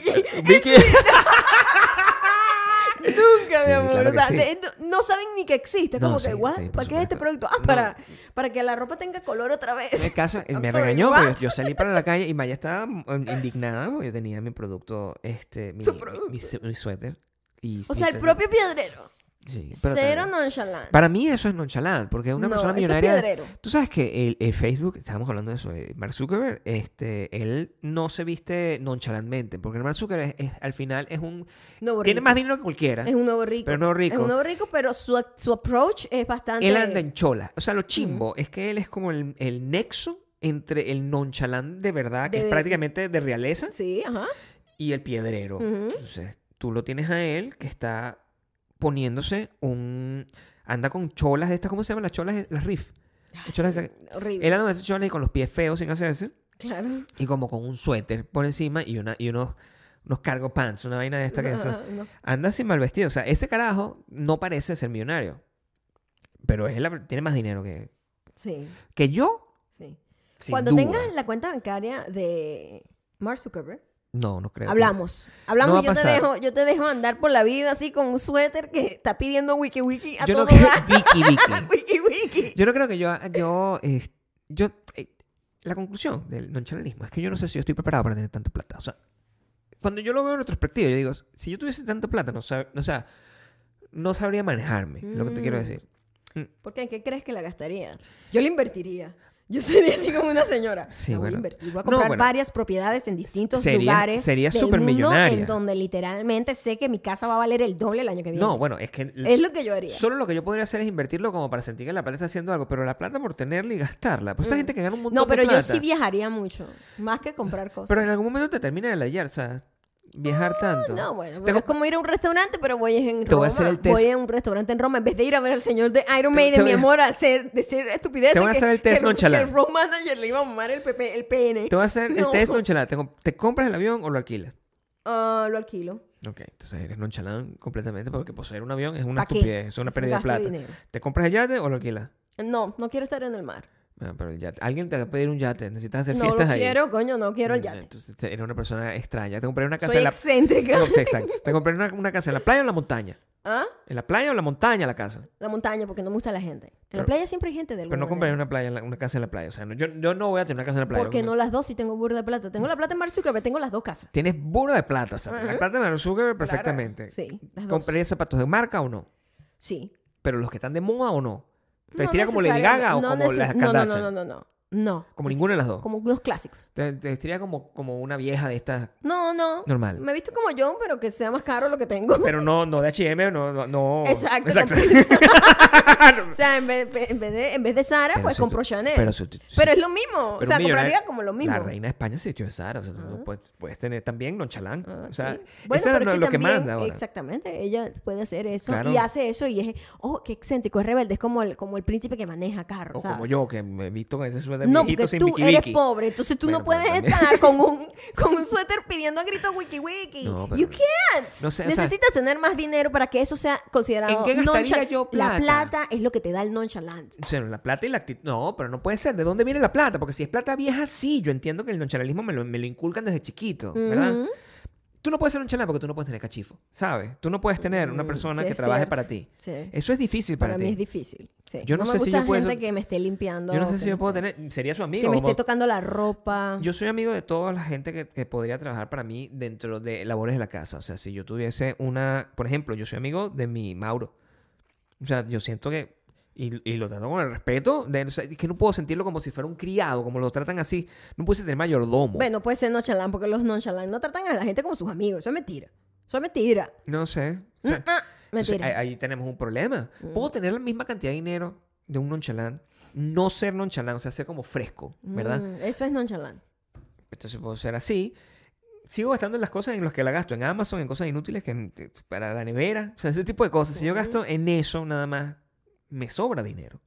Nunca, mi amor. Claro, o sea, sí. no saben ni que existe. Como que, ¿what? Sí, ¿Para qué es este producto? Para que la ropa tenga color otra vez. En el caso, él me regañó porque yo salí para la calle y Maya estaba indignada porque yo tenía mi producto, mi suéter. O sea, el propio piedrero. Sí, cero nonchalant. Para mí eso es nonchalant, porque una persona millonaria... Eso es tú sabes que el Facebook, estábamos hablando de eso, Mark Zuckerberg, él no se viste nonchalantmente, porque el Mark Zuckerberg al final es un... Tiene más dinero que cualquiera. Es un nuevo rico. Pero nuevo rico. Es un nuevo rico, pero su approach es bastante... Él anda en chola. O sea, lo chimbo es que él es como el nexo entre el nonchalant de verdad, que es prácticamente de realeza. Sí, ajá. Y el piedrero. Entonces, tú lo tienes a él que está... poniéndose anda con cholas de estas, ¿cómo se llaman las cholas? Las riff. Horrible. Él anda con esas cholas y con los pies feos sin hacerse. Claro. Y como con un suéter por encima y unos cargo pants, una vaina de esta que no. Anda así mal vestido. O sea, ese carajo no parece ser millonario. Pero él tiene más dinero que yo. Sí. Cuando tengas la cuenta bancaria de Mark Zuckerberg, no creo. Hablamos. No yo te dejo andar por la vida así con un suéter que está pidiendo Wiki a todo dar. Wiki. Yo no creo que la conclusión del nonchalantismo es que yo no sé si yo estoy preparado para tener tanta plata. O sea, cuando yo lo veo en retrospectiva, yo digo, si yo tuviese tanta plata, no sabría manejarme, lo que te quiero decir. ¿Por qué? ¿En qué crees que la gastaría? Yo la invertiría. Yo sería así como una señora. Sí, voy a bueno. invertir, voy a comprar varias propiedades en distintos lugares sería del súper mundo millonaria. en donde literalmente sé que mi casa va a valer el doble el año que viene. No, bueno, es que... Es lo que yo haría. Solo lo que yo podría hacer es invertirlo como para sentir que la plata está haciendo algo, pero la plata por tenerla y gastarla. Pues esa gente que gana un montón de plata. No, pero yo sí viajaría mucho, más que comprar cosas. Pero en algún momento te termina de layar, o sea, viajar tanto. No, bueno, pero es como ir a un restaurante, pero voy en Te voy Roma. a hacer el test. Voy a un restaurante en Roma en vez de ir a ver al señor de Iron Maiden, mi amor, a decir estupideces. Te voy a hacer el test nonchalant. Que el road manager le iba a mamar el pene. Te voy a hacer el test nonchalant. ¿Te compras el avión o lo alquilas? Lo alquilo. Ok, entonces eres nonchalant completamente porque poseer un avión es una ¿Pa' qué? estupidez, es una pérdida de plata. ¿Te compras el yate o lo alquilas? No quiero estar en el mar. Pero el yate. Alguien te va a pedir un yate, necesitas hacer No fiestas lo ahí. quiero, coño, no quiero el yate. Entonces eres una persona extraña. Te compré una casa Soy en la... excéntrica. No, sí, exacto. Te compré una casa en la playa o en la montaña. ¿Ah? ¿En la playa o en la montaña la casa? La montaña, porque no me gusta la gente. En la playa siempre hay gente del Pero no compré una casa en la playa. O sea, yo no voy a tener una casa en la playa. Porque no las dos, si tengo burda de plata. Tengo la plata en Mark Zuckerberg, tengo las dos casas. Tienes burda de plata, o sea, la plata me lo sube perfectamente. Claro, sí, las dos. ¿Comprarías zapatos de marca o no? Sí. ¿Pero los que están de moda o no? ¿Te No vestirías como Lady Gaga o no como las Kardashian? No. Como ninguna de las dos. Como unos clásicos. ¿Te vestirías como una vieja de estas? No. Normal. Me he visto como yo, pero que sea más caro lo que tengo. Pero no de H&M, no. Exacto. O sea, en vez de Zara, Pero pues si compro tú- Chanel. pero Pero es lo mismo. O Pero sea, un millonario- compraría como lo mismo. La reina de España se vistió de Zara. O sea, tú puedes tener también nonchalant. O sea, Sí. Bueno, eso pero es lo que también, manda ahora. exactamente, ella puede hacer eso Claro. y hace eso y es, qué excéntrico, es rebelde, es como el príncipe que maneja carro, O ¿sabes? como yo, que me he visto con ese suéter No, viejito porque sin tú wiki eres wiki. pobre, entonces tú Bueno, no puedes pero también- estar con un suéter pidiendo a gritos wiki wiki. No, pero- You can't. No sé, o sea- Necesitas tener más dinero para que eso sea considerado ¿En qué gastaría nonchalant. yo plata? La plata es lo que te da el nonchalant. O sea, la plata y la actitud. No, pero no puede ser. ¿De dónde viene la plata? Porque si es plata vieja, sí. Yo entiendo que el nonchalanismo me lo inculcan desde chiquito, ¿verdad? Tú no puedes ser nonchalant porque tú no puedes tener cachifo, ¿sabes? Tú no puedes tener una persona sí, que es trabaje cierto. para ti. Sí. Eso es difícil para Para ti. mí es difícil. Sí. Yo no sé me si gusta yo puedo gente ser- que me esté limpiando. Yo no sé que si me yo puedo esté- tener... Sería su amigo. Que me como- esté tocando la ropa. Yo soy amigo de toda la gente que podría trabajar para mí dentro de labores de la casa. O sea, si yo tuviese una... Por ejemplo, yo soy amigo de mi Mauro. O sea, yo siento que... Y lo trato con el respeto. O sea, es que no puedo sentirlo como si fuera un criado, como lo tratan así. No puede ser mayordomo. Bueno, puede ser nonchalant porque los nonchalant no tratan a la gente como sus amigos. Eso es mentira. Eso es mentira. No sé. O sea, entonces, Mentira. ahí tenemos un problema. Puedo tener la misma cantidad de dinero de un nonchalant, no ser nonchalant, o sea, ser como fresco, ¿verdad? Eso es nonchalant. Entonces puedo ser así. Sigo gastando en las cosas en las que la gasto, en Amazon, en cosas inútiles para la nevera, o sea, ese tipo de cosas. Si yo gasto en eso nada más, me sobra dinero.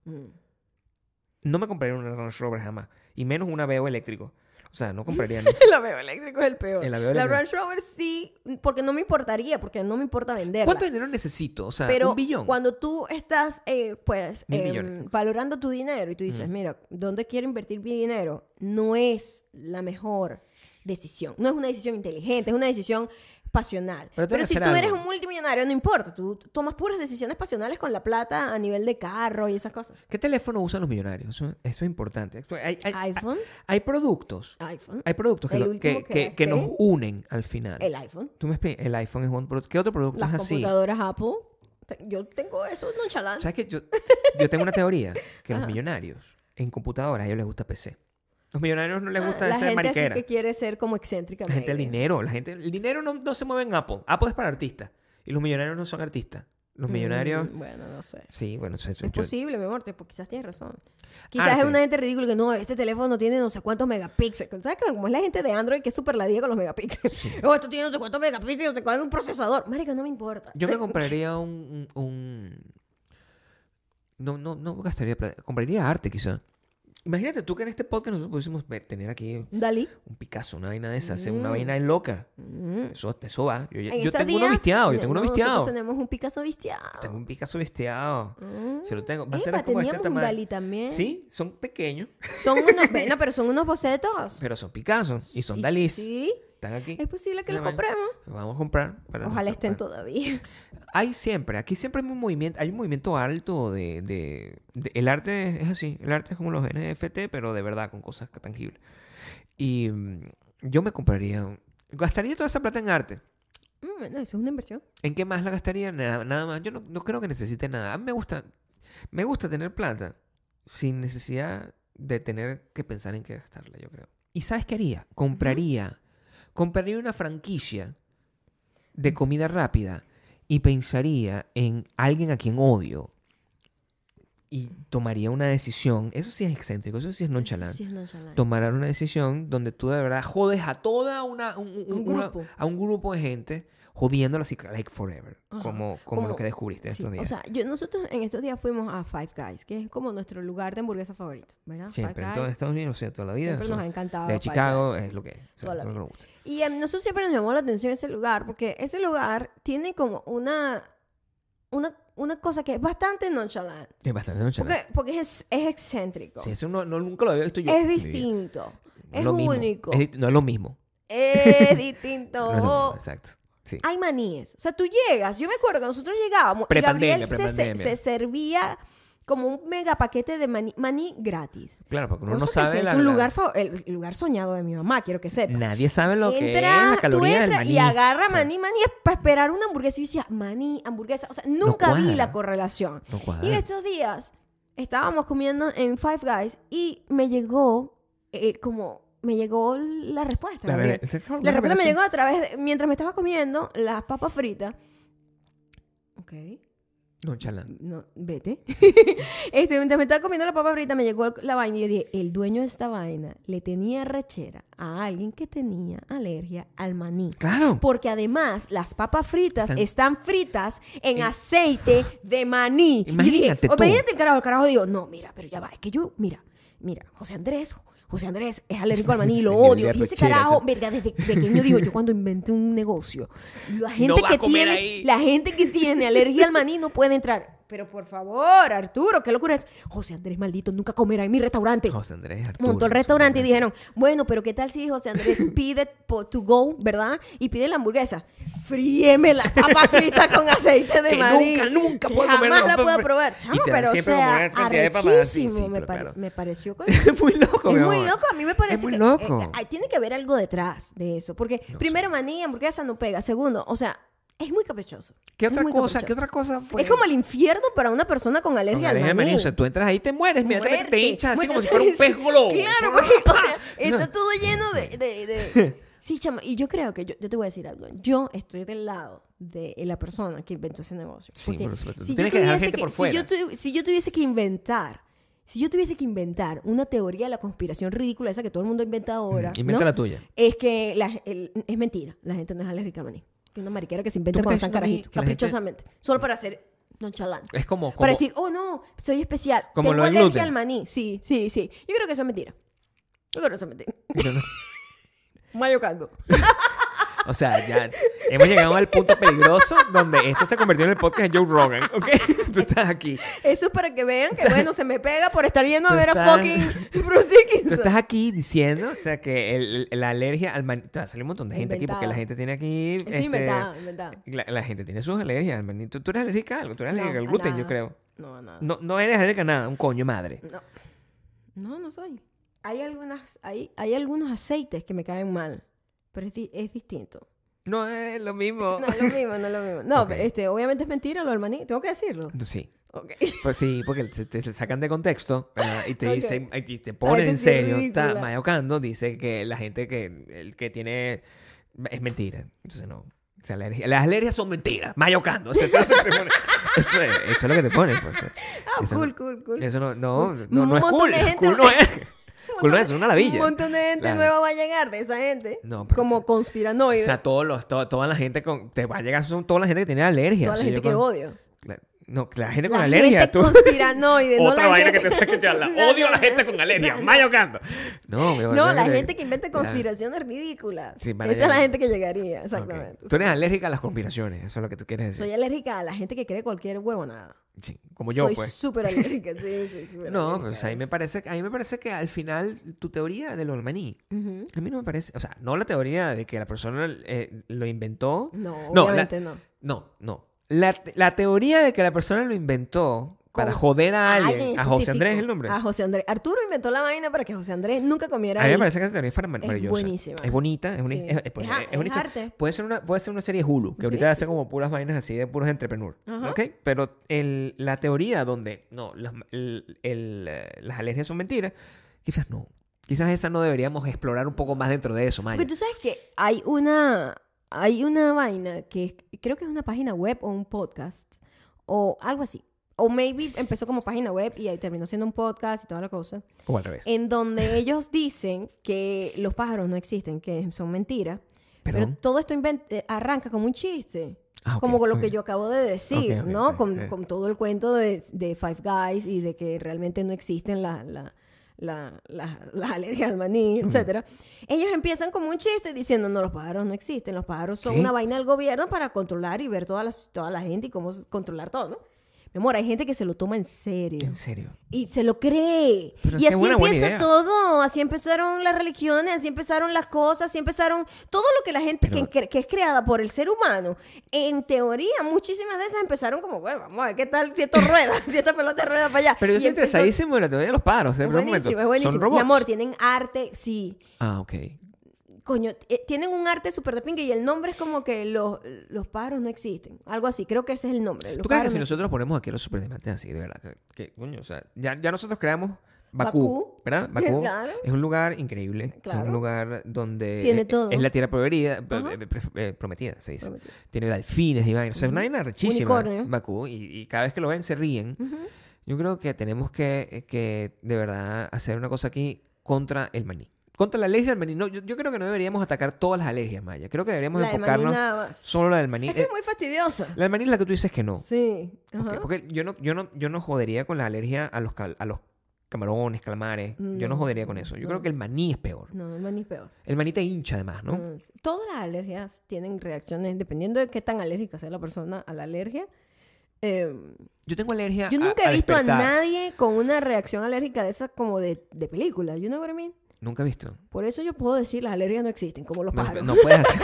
No me compraría una Range Rover jamás, y menos un Aveo eléctrico. O sea, no compraría... El Aveo eléctrico es el peor. El Aveo la eléctrico. Range Rover sí, porque no me importaría, porque no me importa venderla. ¿Cuánto dinero necesito? O sea, Pero un billón. cuando tú estás, pues, 1.000 millones. valorando tu dinero y tú dices, mira, ¿dónde quiero invertir mi dinero? No es la mejor decisión. No es una decisión inteligente, es una decisión pasional. Pero tengo que si hacer tú algo. eres un multimillonario, no importa. Tú tomas puras decisiones pasionales con la plata a nivel de carro y esas cosas. ¿Qué teléfono usan los millonarios? Eso es importante. iPhone. Hay productos. iPhone. Hay productos El último que nos unen al final. El iPhone. Tú me explicas, el iPhone es un producto. ¿Qué otro producto Las es así? computadoras Apple. Yo tengo eso nonchalant. ¿Sabes qué? Yo tengo una teoría que los millonarios en computadoras a ellos les gusta PC. Los millonarios no les gusta la ser gente mariquera. así que quiere ser como excéntrica. La gente del maybe. dinero. El dinero no se mueve en Apple. Apple es para artistas. Y los millonarios no son artistas. Los millonarios... Bueno, no sé. Sí, bueno, eso Es posible, mi amor, porque quizás tienes razón. Quizás Arte. es una gente ridícula que no, este teléfono tiene no sé cuántos megapíxeles. ¿Sabes cómo es la gente de Android que es súper ladilla con los megapíxeles? Oh, esto tiene no sé cuántos megapíxeles, no sé cuánto un procesador. Marica, no me importa. Yo me compraría No gastaría plata. Compraría arte, quizá. Imagínate tú que en este podcast nosotros pudiésemos tener aquí Dalí. un Picasso, una vaina de esa, hacer una vaina loca. Eso va. Yo En tengo estos uno días, vistiado, yo tengo uno vistiado. Nosotros tenemos un Picasso vistiado. Tengo un Picasso vistiado. Se lo tengo. Va a ser Epa, como de este teníamos un tamaño. Dalí también. Sí, son pequeños, Son unos, bueno, pero son unos bocetos. pero son Picassos y son Sí, Dalís. Sí, Están aquí. es posible que los Mira, compremos. Vamos a comprar. Ojalá estén todavía. Aquí siempre hay un movimiento alto el arte es así, el arte es como los NFT, pero de verdad, con cosas tangibles. Y yo me gastaría toda esa plata en arte. Bueno, eso es una inversión. ¿En qué más la gastaría? Nada más. Yo no creo que necesite nada. A mí me gusta tener plata sin necesidad de tener que pensar en qué gastarla, yo creo. ¿Y sabes qué haría? Compraría una franquicia de comida rápida y pensaría en alguien a quien odio y tomaría una decisión. Eso sí es excéntrico, eso sí es nonchalant. Tomar una decisión donde tú de verdad jodes a toda un grupo de gente, jodiéndolo así, like forever, como lo que descubriste estos días. O sea, nosotros en estos días fuimos a Five Guys, que es como nuestro lugar de hamburguesa favorito, ¿verdad? Siempre, en todos Estados Unidos, o sea, toda la vida. Siempre nos ha encantado. De Chicago es lo que es. O sea, eso nos gusta. Y a nosotros siempre nos llamó la atención ese lugar, porque ese lugar tiene como una cosa que es bastante nonchalant. Es bastante nonchalant. Porque es excéntrico. Sí, eso nunca lo había visto yo. Es distinto. Es único. No es lo mismo. Es distinto. No es lo mismo, exacto. Sí. Hay maníes. O sea, tú llegas. Yo me acuerdo que nosotros llegábamos y Gabriel se servía como un mega paquete de maní gratis. Claro, porque uno no sabe es un lugar el lugar soñado de mi mamá, quiero que sepa. Nadie sabe lo que es la caloría del maní. Y agarra maní es para esperar una hamburguesa. Y yo decía, maní, hamburguesa. O sea, nunca vi la correlación. Y estos días estábamos comiendo en Five Guys y me llegó la respuesta. La respuesta me llegó a través mientras me estaba comiendo las papas fritas. Ok. No, vete. Mientras me estaba comiendo la papa frita, me llegó la vaina y yo dije, el dueño de esta vaina le tenía rechera a alguien que tenía alergia al maní. Claro. Porque además las papas fritas están fritas en aceite de maní. Imagínate tú. Imagínate el carajo digo, no, mira, pero ya va, es que yo, mira, José Andrés es alérgico al maní y lo odio. Y ese carajo, verga, desde pequeño digo, yo cuando inventé un negocio, la gente que tiene alergia al maní no puede entrar. Pero por favor, Arturo, qué locura es. José Andrés, maldito, nunca comerá en mi restaurante. José Andrés, Arturo. Montó el restaurante y dijeron, bueno, pero ¿qué tal si José Andrés pide to go, ¿verdad? Y pide la hamburguesa. Fríeme la papa frita con aceite de maní. Nunca puedo comer. Jamás la puedo probar. Chamo, pero o sea, arrechísimo. Me pareció. Es muy loco, Es muy loco. A mí me parece es muy loco. Tiene que haber algo detrás de eso. Porque primero, maní, hamburguesa no pega. Segundo, o sea, es muy caprichoso. ¿Qué otra cosa? Pues, es como el infierno para una persona con alergia al maní. O sea, tú entras ahí y te mueres. Mira, te hinchas así como si fuera un pez globo. Claro, porque, o sea, está todo lleno de... Sí, chama. Y yo creo que yo te voy a decir algo. Yo estoy del lado de la persona que inventó ese negocio. Sí, por supuesto. Tienes que dejar gente por fuera. Si yo tuviese que inventar una teoría de la conspiración ridícula esa que todo el mundo inventa ahora, inventa la tuya. Es que es mentira. La gente no es alérgica al maní. Que es una mariquera que se inventa cuando están carajitos, caprichosamente. Solo para hacer nonchalant. Es como... Para decir, oh no, soy especial. Como tengo lo del alergia gluten. al maní. Sí. Yo creo que eso es mentira. Mayocando. O sea, ya hemos llegado al punto peligroso donde esto se convirtió en el podcast de Joe Rogan, ¿ok? Tú estás aquí. Eso es para que vean que, bueno, se me pega por estar yendo a ver a fucking Bruce Dickinson. Tú estás aquí diciendo, o sea, que la alergia al maní... Sale un montón de gente aquí porque la gente tiene aquí... Sí, inventada. La gente tiene sus alergias al maní. ¿Tú eres alérgica a algo? Tú eres alérgica al gluten, yo creo. No, a nada. No eres alérgica a nada, un coño madre. No soy. Hay algunos aceites que me caen mal. Pero es distinto. No es lo mismo. No es lo mismo. No, Okay. Obviamente es mentira lo del maní. Tengo que decirlo. Sí. Okay. Pues sí, porque te sacan de contexto y te dicen, y te ponen en serio, está mayocando, dice que la gente el que tiene es mentira. Entonces no. O sea, las alergias son mentiras. Mayocando. Eso es lo que te ponen. Pues. Cool. Eso no es cool. Cool no es. Cool no es una ladilla. Un montón de gente nueva va a llegar de esa gente. No, como conspiranoide. O sea, toda la gente te va a llegar toda la gente que tiene alergia. Toda la gente que odio. La gente con alergia. Gente conspiranoide. Otra vaina que te saque ya. Odio a la gente con alergia. Mayocando. No, la gente que inventa conspiraciones ridículas. Sí, esa es la gente que llegaría. Exactamente. Okay. Tú eres alérgica a las conspiraciones. Eso es lo que tú quieres decir. Soy alérgica a la gente que cree cualquier huevonada. Sí, como yo, soy pues. Soy súper alérgica, sí, súper no, alérgica. Pues a mí me parece que al final tu teoría de lo del maní, a mí no me parece, o sea, no la teoría de que la persona lo inventó. No, obviamente no. La teoría de que la persona lo inventó para joder a alguien. A José Andrés es el nombre. A José Andrés. Arturo inventó la vaina para que José Andrés nunca comiera. A mí me parece que esa teoría es maravillosa. Es buenísima. Es bonita. Es arte. Puede ser una serie Hulu, que ahorita hace como puras vainas así de puros entrepreneur. ¿Ok? Pero la teoría donde las alergias son mentiras, Quizás no. Quizás esa no deberíamos explorar un poco más dentro de eso, Maya. Pero tú sabes que hay una vaina que creo que es una página web o un podcast o algo así. O maybe empezó como página web y ahí terminó siendo un podcast y toda la cosa. O al revés. En donde ellos dicen que los pájaros no existen, que son mentiras. ¿Perdón? Pero todo esto arranca como un chiste. Ah, okay, como con lo okay. que yo acabo de decir, Okay, ¿no? okay. Con todo el cuento de Five Guys y de que realmente no existen las alergias al maní, etcétera. Ellos empiezan como un chiste diciendo, no, los pájaros no existen. Los pájaros son una vaina del gobierno para controlar y ver toda la gente y cómo controlar todo, ¿no? Mi amor, hay gente que se lo toma en serio. ¿En serio? Y se lo cree. Pero y así empieza idea. todo. Así empezaron las religiones, así empezaron las cosas, así empezaron todo lo que la gente que es creada por el ser humano. En teoría, muchísimas de esas empezaron como, bueno, vamos a ver qué tal si esto rueda, si esta pelota rueda para allá. Pero yo estoy interesadísimo en la teoría de los pájaros. Es buenísimo, es buenísimo. ¿Son robots? Mi amor, tienen arte, sí. Ah, ok. Coño, tienen un arte súper de pingue y el nombre es como que los pájaros no existen. Algo así, creo que ese es el nombre. ¿Tú crees que si nosotros ponemos aquí los superdiamantes así, de verdad? Que coño, o sea, ya nosotros creamos Bakú, ¿verdad? Bakú claro. Es un lugar increíble. Claro. Es un lugar donde tiene todo. Es la tierra prometida, se dice. Tiene delfines y vainas. O sea, es una vaina rechísima. Unicornio. Bakú. Y cada vez que lo ven se ríen. Yo creo que tenemos que de verdad hacer una cosa aquí contra el maní. Contra la alergia al maní. No, yo creo que no deberíamos atacar todas las alergias, Maya. Creo que deberíamos enfocarnos solo la del maní. Es que es muy fastidiosa. La del maní es la que tú dices que no. Sí. Okay, porque yo no jodería con la alergia a los camarones, calamares. Yo no jodería con eso. Yo creo que el maní es peor. No, el maní es peor. El maní te hincha además, ¿no? Todas las alergias tienen reacciones dependiendo de qué tan alérgica sea la persona a la alergia. Yo tengo alergia Yo nunca he visto despertar. a nadie con una reacción alérgica de esas como de película. You know what I mean? Nunca he visto. Por eso yo puedo decir las alergias no existen, como los pájaros. No puedes hacer.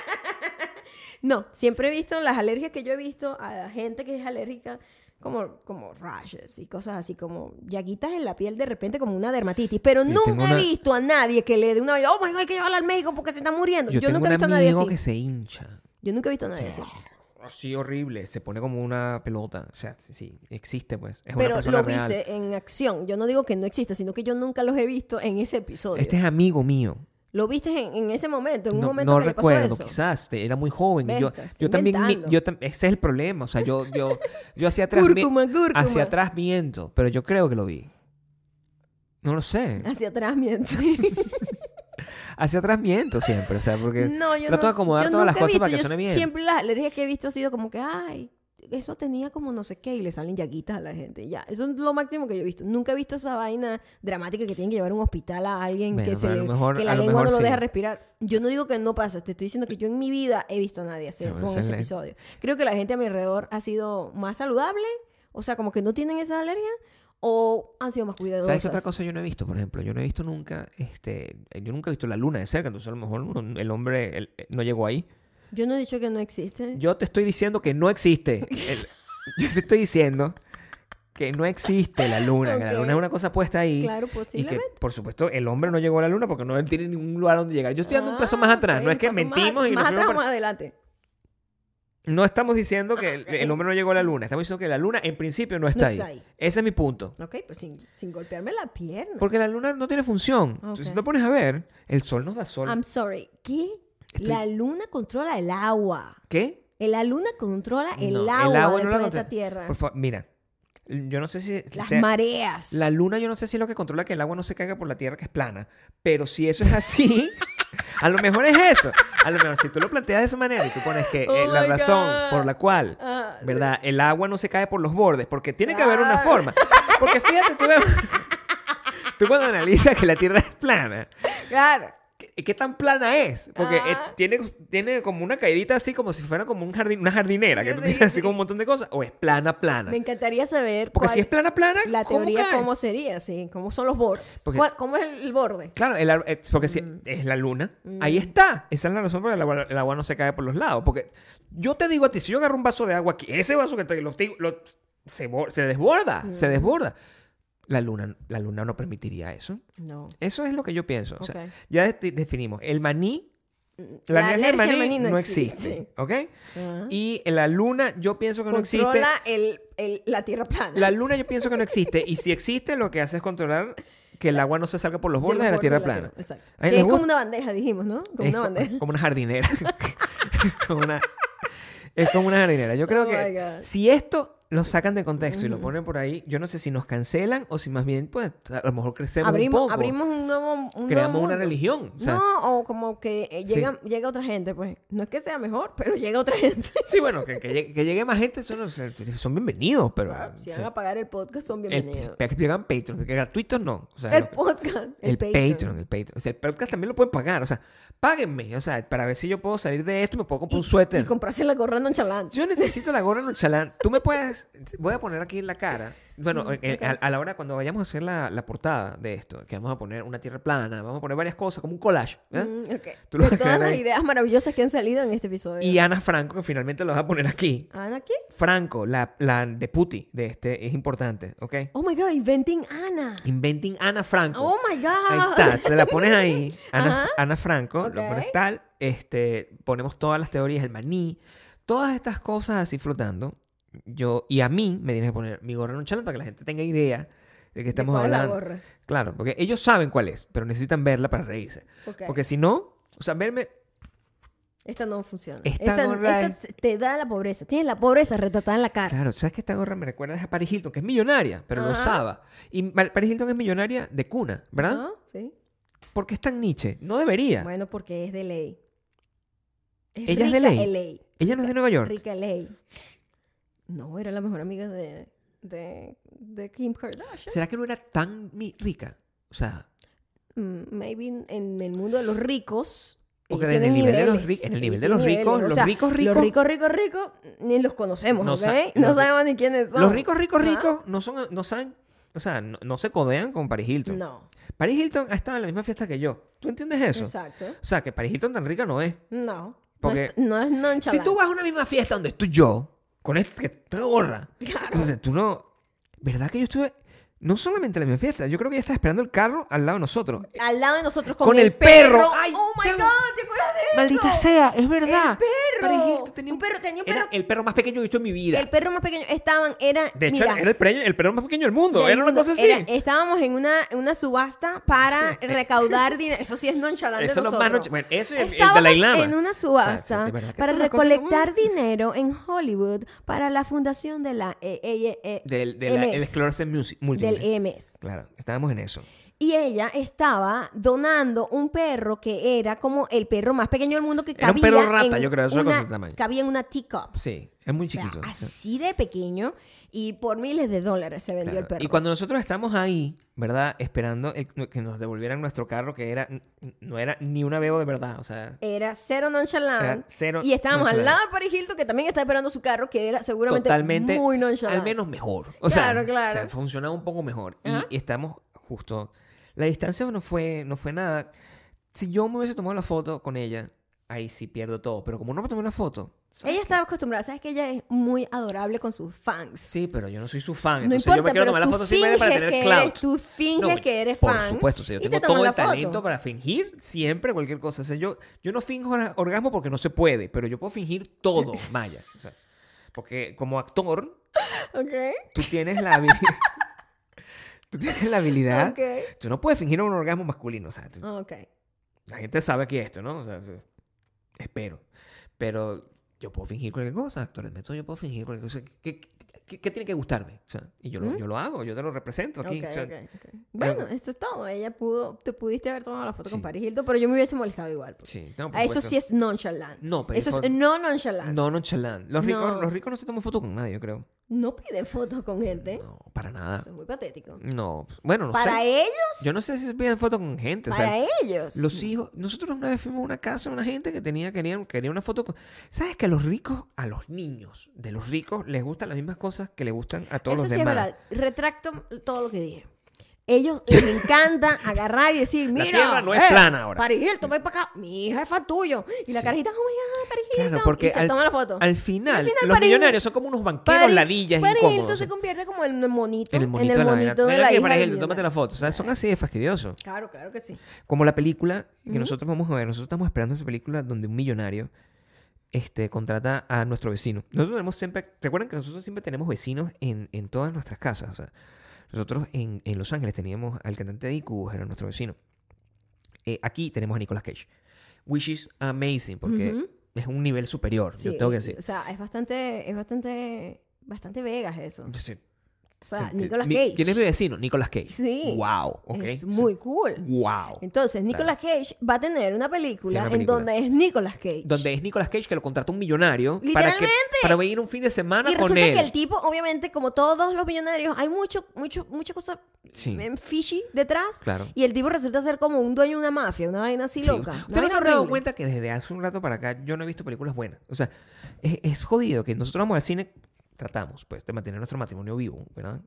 No, siempre he visto las alergias que yo he visto a la gente que es alérgica como rashes y cosas así, como llaguitas en la piel de repente, como una dermatitis. Pero nunca he visto a nadie que le dé una vez, oh my God, hay que llevarla al médico porque se está muriendo. Yo nunca he visto a nadie así. Que se hincha. Yo nunca he visto a nadie así. Así horrible, se pone como una pelota. O sea, sí, existe pues. Es pero una persona lo real. viste en acción. Yo no digo que no exista, sino que yo nunca los he visto en ese episodio. Este es amigo mío. ¿Lo viste en ese momento? ¿En un No, momento no que recuerdo, le pasó eso? quizás. Era muy joven. ¿Ves? Yo también... ese es el problema. O sea, yo hacia atrás... Cúrcuma. Hacia atrás miento. Pero yo creo que lo vi. No lo sé. Hacia atrás miento. Hacia atrás miento siempre. O sea, porque yo trato de acomodar todas las cosas para que suene bien. Siempre las alergias que he visto ha sido como que, ay, eso tenía como no sé qué y le salen llaguitas a la gente. Ya, eso es lo máximo que yo he visto. Nunca he visto esa vaina dramática que tienen que llevar a un hospital a alguien que la lengua no lo deja respirar. Yo no digo que no pasa, te estoy diciendo que yo en mi vida he visto a nadie hacer con ese episodio. Creo que la gente a mi alrededor ha sido más saludable, o sea, como que no tienen esa alergia. O han sido más cuidadosas. ¿Sabes qué otra cosa yo no he visto? Por ejemplo, yo no he visto nunca, yo nunca he visto la luna de cerca, entonces a lo mejor el hombre no llegó ahí. Yo no he dicho que no existe. Yo te estoy diciendo que no existe. Yo te estoy diciendo que no existe la luna, okay. Que la luna es una cosa puesta ahí. Claro, posiblemente. Y que, por supuesto, el hombre no llegó a la luna porque no tiene ningún lugar donde llegar. Yo estoy dando un paso más atrás, no es que mentimos más atrás o más adelante. No estamos diciendo que el hombre no llegó a la luna. Estamos diciendo que la luna en principio no está ahí. Ese es mi punto. Ok, pero sin golpearme la pierna. Porque la luna no tiene función. Okay. Entonces, si te pones a ver, el sol nos da sol. I'm sorry. ¿Qué? La luna controla el agua. ¿Qué? La luna controla el agua del planeta Tierra. Por favor, mira. Yo no sé si... Las mareas. La luna yo no sé si es lo que controla que el agua no se caiga por la Tierra, que es plana. Pero si eso es así... A lo mejor es eso. A lo mejor si tú lo planteas de esa manera y tú pones que la razón por la cual, ¿verdad? El agua no se cae por los bordes, porque tiene que haber una forma. Porque fíjate, tú cuando analizas que la Tierra es plana. Claro. ¿Qué tan plana es? Porque tiene como una caidita así como si fuera como una jardinera, que tú tienes así como un montón de cosas. O es plana. Me encantaría saber. Porque si es plana, la ¿cómo teoría, cae? ¿cómo sería? Sí, ¿cómo son los bordes? ¿Cómo es el borde? Lo claro, porque si es la luna, ahí está. Esa es la razón por la cual el agua no se cae por los lados. Porque yo te digo a ti, si yo agarro un vaso de agua aquí, ese vaso que se desborda, se desborda. La luna no permitiría eso. No. Eso es lo que yo pienso. Okay. O sea, ya definimos. El maní, la alergia al maní no existe. ¿Ok? Y la luna yo pienso que no existe. Controla la Tierra plana. La luna yo pienso que no existe. Y si existe, lo que hace es controlar que el agua no se salga por los bordes de la tierra plana. Exacto. Que es como una bandeja, dijimos, ¿no? Como una bandeja. Como una jardinera. Es como una jardinera. Yo creo que si esto lo sacan de contexto y lo ponen por ahí, yo no sé si nos cancelan o si más bien, pues, a lo mejor crecemos un poco. Abrimos un nuevo creamos una religión. O sea, no, o como que llega otra gente, pues. No es que sea mejor, pero llega otra gente. Sí, bueno, que llegue más gente son bienvenidos, pero... si van a pagar el podcast, son bienvenidos. Que llegan Patreon, que gratuitos no. O sea, el podcast, el Patreon. O sea, el podcast también lo pueden pagar, o sea, páguenme, o sea, para ver si yo puedo salir de esto y me puedo comprar un suéter. Y comprarse la gorra nonchalant. Yo necesito la gorra nonchalant. Tú me puedes... Voy a poner aquí en la cara. Bueno, a la hora cuando vayamos a hacer la portada de esto, que vamos a poner una tierra plana, vamos a poner varias cosas, como un collage. Okay. Tú de todas las ideas maravillosas que han salido en este episodio. Y Ana Franco, que finalmente lo vas a poner aquí. ¿Ana qué? Franco, la de Puti de este, es importante, ¿ok? Oh my God, Inventing Ana. Inventing Ana Franco. Oh my God. Ahí está, se la pones ahí, Ana Franco, lo pones tal, ponemos todas las teorías, el maní, todas estas cosas así flotando. Y a mí me tienes que poner mi gorra nonchalant para que la gente tenga idea de que estamos hablando. ¿De cuál es la gorra? Claro, porque ellos saben cuál es, pero necesitan verla para reírse. Okay. Porque si no, o sea, verme... Esta no funciona. Esta gorra te da la pobreza. Tienes la pobreza retratada en la cara. Claro, ¿sabes que esta gorra me recuerda a Paris Hilton, que es millonaria, pero lo usaba? Y Paris Hilton es millonaria de cuna, ¿verdad? Sí. ¿Por qué es tan niche? No debería. Bueno, porque es de ley. Ella es de ley. Ella no es de Nueva York. Rica ley. No, era la mejor amiga de Kim Kardashian. ¿Será que no era tan rica? O sea... maybe en el mundo de los ricos... Porque en el nivel de los ricos, los ricos, ni los conocemos, ¿ok? No sabemos ni quiénes son. Los ricos no saben... O sea, no se codean con Paris Hilton. No. Paris Hilton ha estado en la misma fiesta que yo. ¿Tú entiendes eso? Exacto. O sea, que Paris Hilton tan rica no es. No. Porque no es nonchalant. Si tú vas a una misma fiesta donde estoy yo... Con esta gorra. Claro. Entonces, tú no... ¿Verdad que yo estuve... No solamente en la misma fiesta. Yo creo que ella estaba esperando el carro al lado de nosotros. Al lado de nosotros con el perro. Ay, oh my God, ¿te acuerdas de eso? Maldita sea, es verdad. El perro. Tenía un perro. Era el perro más pequeño que he visto en mi vida. El perro más pequeño. De hecho, era el perro más pequeño del mundo. Era una cosa así. Estábamos en una subasta para recaudar dinero. Eso sí es nonchalante. Eso es lo más nonchalant. Bueno, eso es el Dalai Lama. En una subasta para recolectar dinero en Hollywood para la fundación de la del esclerosis múltiple. Del EMS. Claro, estábamos en eso. Y ella estaba donando un perro que era como el perro más pequeño del mundo que cabía. Era un perro rata, yo creo, eso es cosa de tamaño. Cabía en una teacup. Sí, es muy chiquito. Así de pequeño. Y por miles de dólares se vendió el perro. Y cuando nosotros estamos ahí, ¿verdad? Esperando que nos devolvieran nuestro carro, que no era ni una Bebo de verdad, o sea... Era cero nonchalant. Y estábamos al lado de Paris Hilton, que también estaba esperando su carro, que era seguramente totalmente, muy nonchalant. Al menos mejor. Claro. O sea, funcionaba un poco mejor. Y estamos justo... La distancia no fue nada. Si yo me hubiese tomado la foto con ella, ahí sí pierdo todo. Pero como no me tomé la foto... Ella estaba acostumbrada. Sabes que ella es muy adorable con sus fans. Sí, pero yo no soy su fan. Entonces yo me quiero tomar la foto simplemente para tener clout. Tú finges que eres fan. Por supuesto. O sea, yo tengo todo el talento para fingir siempre cualquier cosa. O sea, yo no finjo orgasmo porque no se puede. Pero yo puedo fingir todo, Maya. O sea, porque como actor... Tú tienes la habilidad... Tú tienes la habilidad. Tú no puedes fingir un orgasmo masculino. O sea, la gente sabe aquí esto, ¿no? O sea, espero. Pero yo puedo fingir cualquier cosa, actores. Yo puedo fingir cualquier cosa. ¿Qué tiene que gustarme? O sea, y yo lo hago. Yo te lo represento aquí. Bueno, eso es todo. Te pudiste haber tomado la foto con Paris Hilton, pero yo me hubiese molestado igual. Pues. Sí, no, eso sí es nonchalant. No, pero eso es no nonchalant. No nonchalant. Los ricos no se toman fotos con nadie, yo creo. No piden fotos con gente. No, para nada. Eso es muy patético. No, bueno, no sé. ¿Para ellos? Yo no sé si piden fotos con gente. ¿Para ellos? Los hijos... Nosotros una vez fuimos a una casa de una gente que quería una foto con... ¿Sabes que a los ricos, a los niños de los ricos, les gustan las mismas cosas que les gustan a todos los demás? Eso sí es verdad. Retracto todo lo que dije. Ellos les encanta agarrar y decir, mira, la tierra no es plana ahora. Paris Hilton, ven para acá, mi hija es fan tuyo. Y la carajita, oh my God, Paris Hilton. Claro, porque y se toma la foto. Al final los millonarios son como unos banqueros ladillas incómodos. Paris Hilton se convierte como en el monito. En el monito de la hija. Paris Hilton, tómate la foto. O sea, son así de fastidiosos. Claro que sí. Como la película que nosotros vamos a ver. Nosotros estamos esperando esa película donde un millonario contrata a nuestro vecino. Nosotros tenemos siempre... Recuerden que nosotros siempre tenemos vecinos en todas nuestras casas. O sea, Nosotros en Los Ángeles teníamos al cantante de IQ, era nuestro vecino. Aquí tenemos a Nicolas Cage. Which is amazing, porque es un nivel superior, yo tengo que decir. O sea, es bastante Vegas eso. Sí. O sea, Nicolas Cage. ¿Quién es mi vecino? Nicolas Cage. Sí. Wow. Okay. Es muy cool. Wow. Entonces, Nicolas Cage va a tener una película en donde es Nicolas Cage. Donde es Nicolas Cage que lo contrata un millonario literalmente para venir un fin de semana y con él. Y resulta que el tipo, obviamente, como todos los millonarios, hay mucha cosa fishy detrás. Claro. Y el tipo resulta ser como un dueño de una mafia, una vaina así loca. ¿Ustedes se han dado cuenta que desde hace un rato para acá yo no he visto películas buenas? O sea, es jodido que nosotros vamos al cine, tratamos pues de mantener nuestro matrimonio vivo, ¿verdad?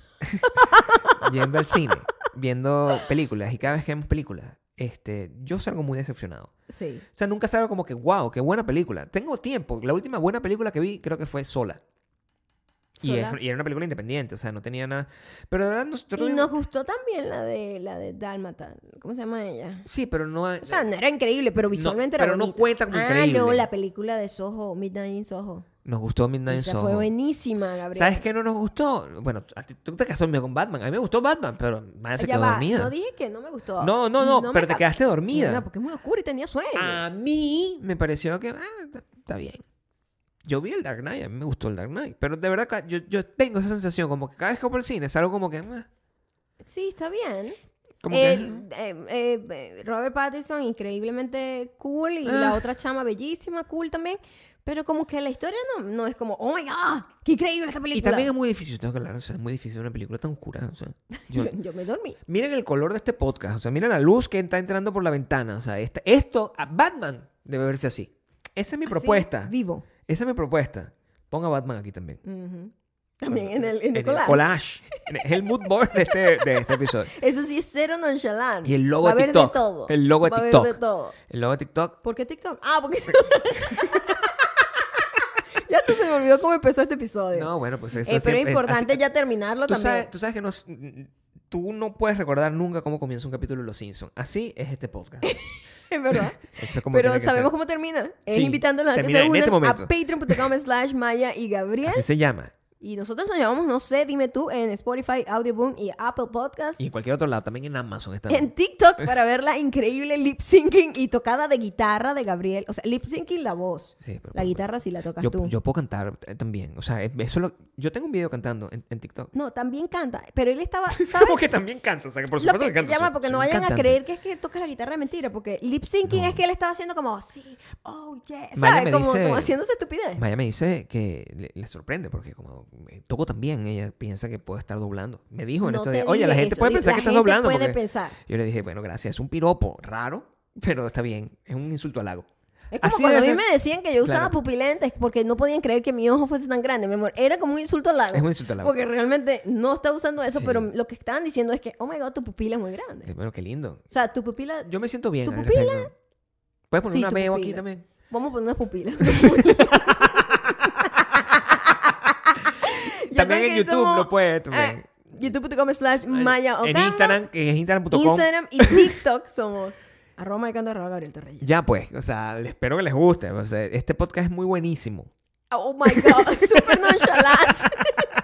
Yendo al cine, viendo películas, y cada vez que vemos películas, yo salgo muy decepcionado. Sí. O sea, nunca salgo como que, wow, qué buena película. Tengo tiempo. La última buena película que vi creo que fue Sola. Y era una película independiente, o sea, no tenía nada. Pero de verdad nosotros... Y nos gustó también la de Dálmata. ¿Cómo se llama ella? Sí, pero no... O sea, no era increíble, pero visualmente era bonita. Pero no cuenta como increíble. No, la película de Soho, Midnight in Soho. Nos gustó Midnight in Soho. Esa fue buenísima, Gabriel. ¿Sabes qué no nos gustó? Bueno, tú te quedaste dormida con Batman. A mí me gustó Batman, pero nadie se quedó dormida. No dije que no me gustó. No, pero te quedaste dormida. No, porque es muy oscuro y tenía sueño. A mí me pareció que está bien. Yo vi el Dark Knight, a mí me gustó el Dark Knight. Pero de verdad, yo tengo esa sensación como que cada vez que voy al cine es algo como que... Sí, está bien. Como que... Robert Pattinson, increíblemente cool. Y la otra chama, bellísima, cool también. Pero como que la historia no es como, oh my God, qué increíble esta película. Y también es muy difícil, tengo que hablar, o sea, es muy difícil una película tan oscura. O sea, yo me dormí. Miren el color de este podcast, o sea, miren la luz que está entrando por la ventana. O sea, Batman debe verse así. Esa es mi propuesta. Vivo. Esa es mi propuesta. Ponga Batman aquí también. También en el collage. Es el mood board de este episodio. Eso sí es cero nonchalant. Y el logo de TikTok. Va a haber de todo. El logo de TikTok. Va a haber de todo. El logo de TikTok. ¿Por qué TikTok? Porque... Ya hasta se me olvidó cómo empezó este episodio. No, bueno, pues eso pero es importante ya terminarlo también. Tú sabes que tú no puedes recordar nunca cómo comienza un capítulo de Los Simpsons. Así es este podcast. Es verdad. Es pero sabemos cómo termina. Es invitándolos a que se unan a patreon.com/Maya y Gabriel. Así se llama. Y nosotros nos llamamos, no sé, dime tú, en Spotify, Audioboom y Apple Podcasts. Y en cualquier otro lado, también en Amazon. En TikTok para ver la increíble lip syncing y tocada de guitarra de Gabriel. O sea, lip syncing la voz. Sí, pero la guitarra sí la tocas tú. Yo puedo cantar también. O sea, yo tengo un video cantando en TikTok. No, también canta. Pero él estaba, ¿sabes? ¿Cómo que también canta? O sea, que por supuesto que canta. Llama porque no vayan a creer que es que toca la guitarra de mentira. Porque lip syncing es que él estaba haciendo como, sí, oh, yeah. ¿Sabes? Como haciéndose estupidez. Maya me dice que le sorprende porque como toco también, ella piensa que puedo estar doblando. Me dijo en estos días, oye, la gente puede pensar que estás doblando. Puede pensar. Yo le dije, bueno, gracias, es un piropo raro, pero está bien, es un insulto al halago. Es como cuando a mí me decían que yo usaba pupilentes porque no podían creer que mi ojo fuese tan grande, mi amor. Era como un insulto al lago. Es un insulto al lago. Porque realmente no estaba usando eso, pero lo que estaban diciendo es que, oh my God, tu pupila es muy grande. Bueno, qué lindo. O sea, tu pupila... Yo me siento bien. ¿Tu pupila? ¿Puedes poner una veo aquí también? Vamos a poner una pupila. También en YouTube lo puedes. youtube.com/Maya En Instagram, que es instagram.com. Instagram y TikTok somos @Gabriel Torreyes. Ya pues, o sea, espero que les guste. O sea, este podcast es muy buenísimo. Oh my God, super nonchalant.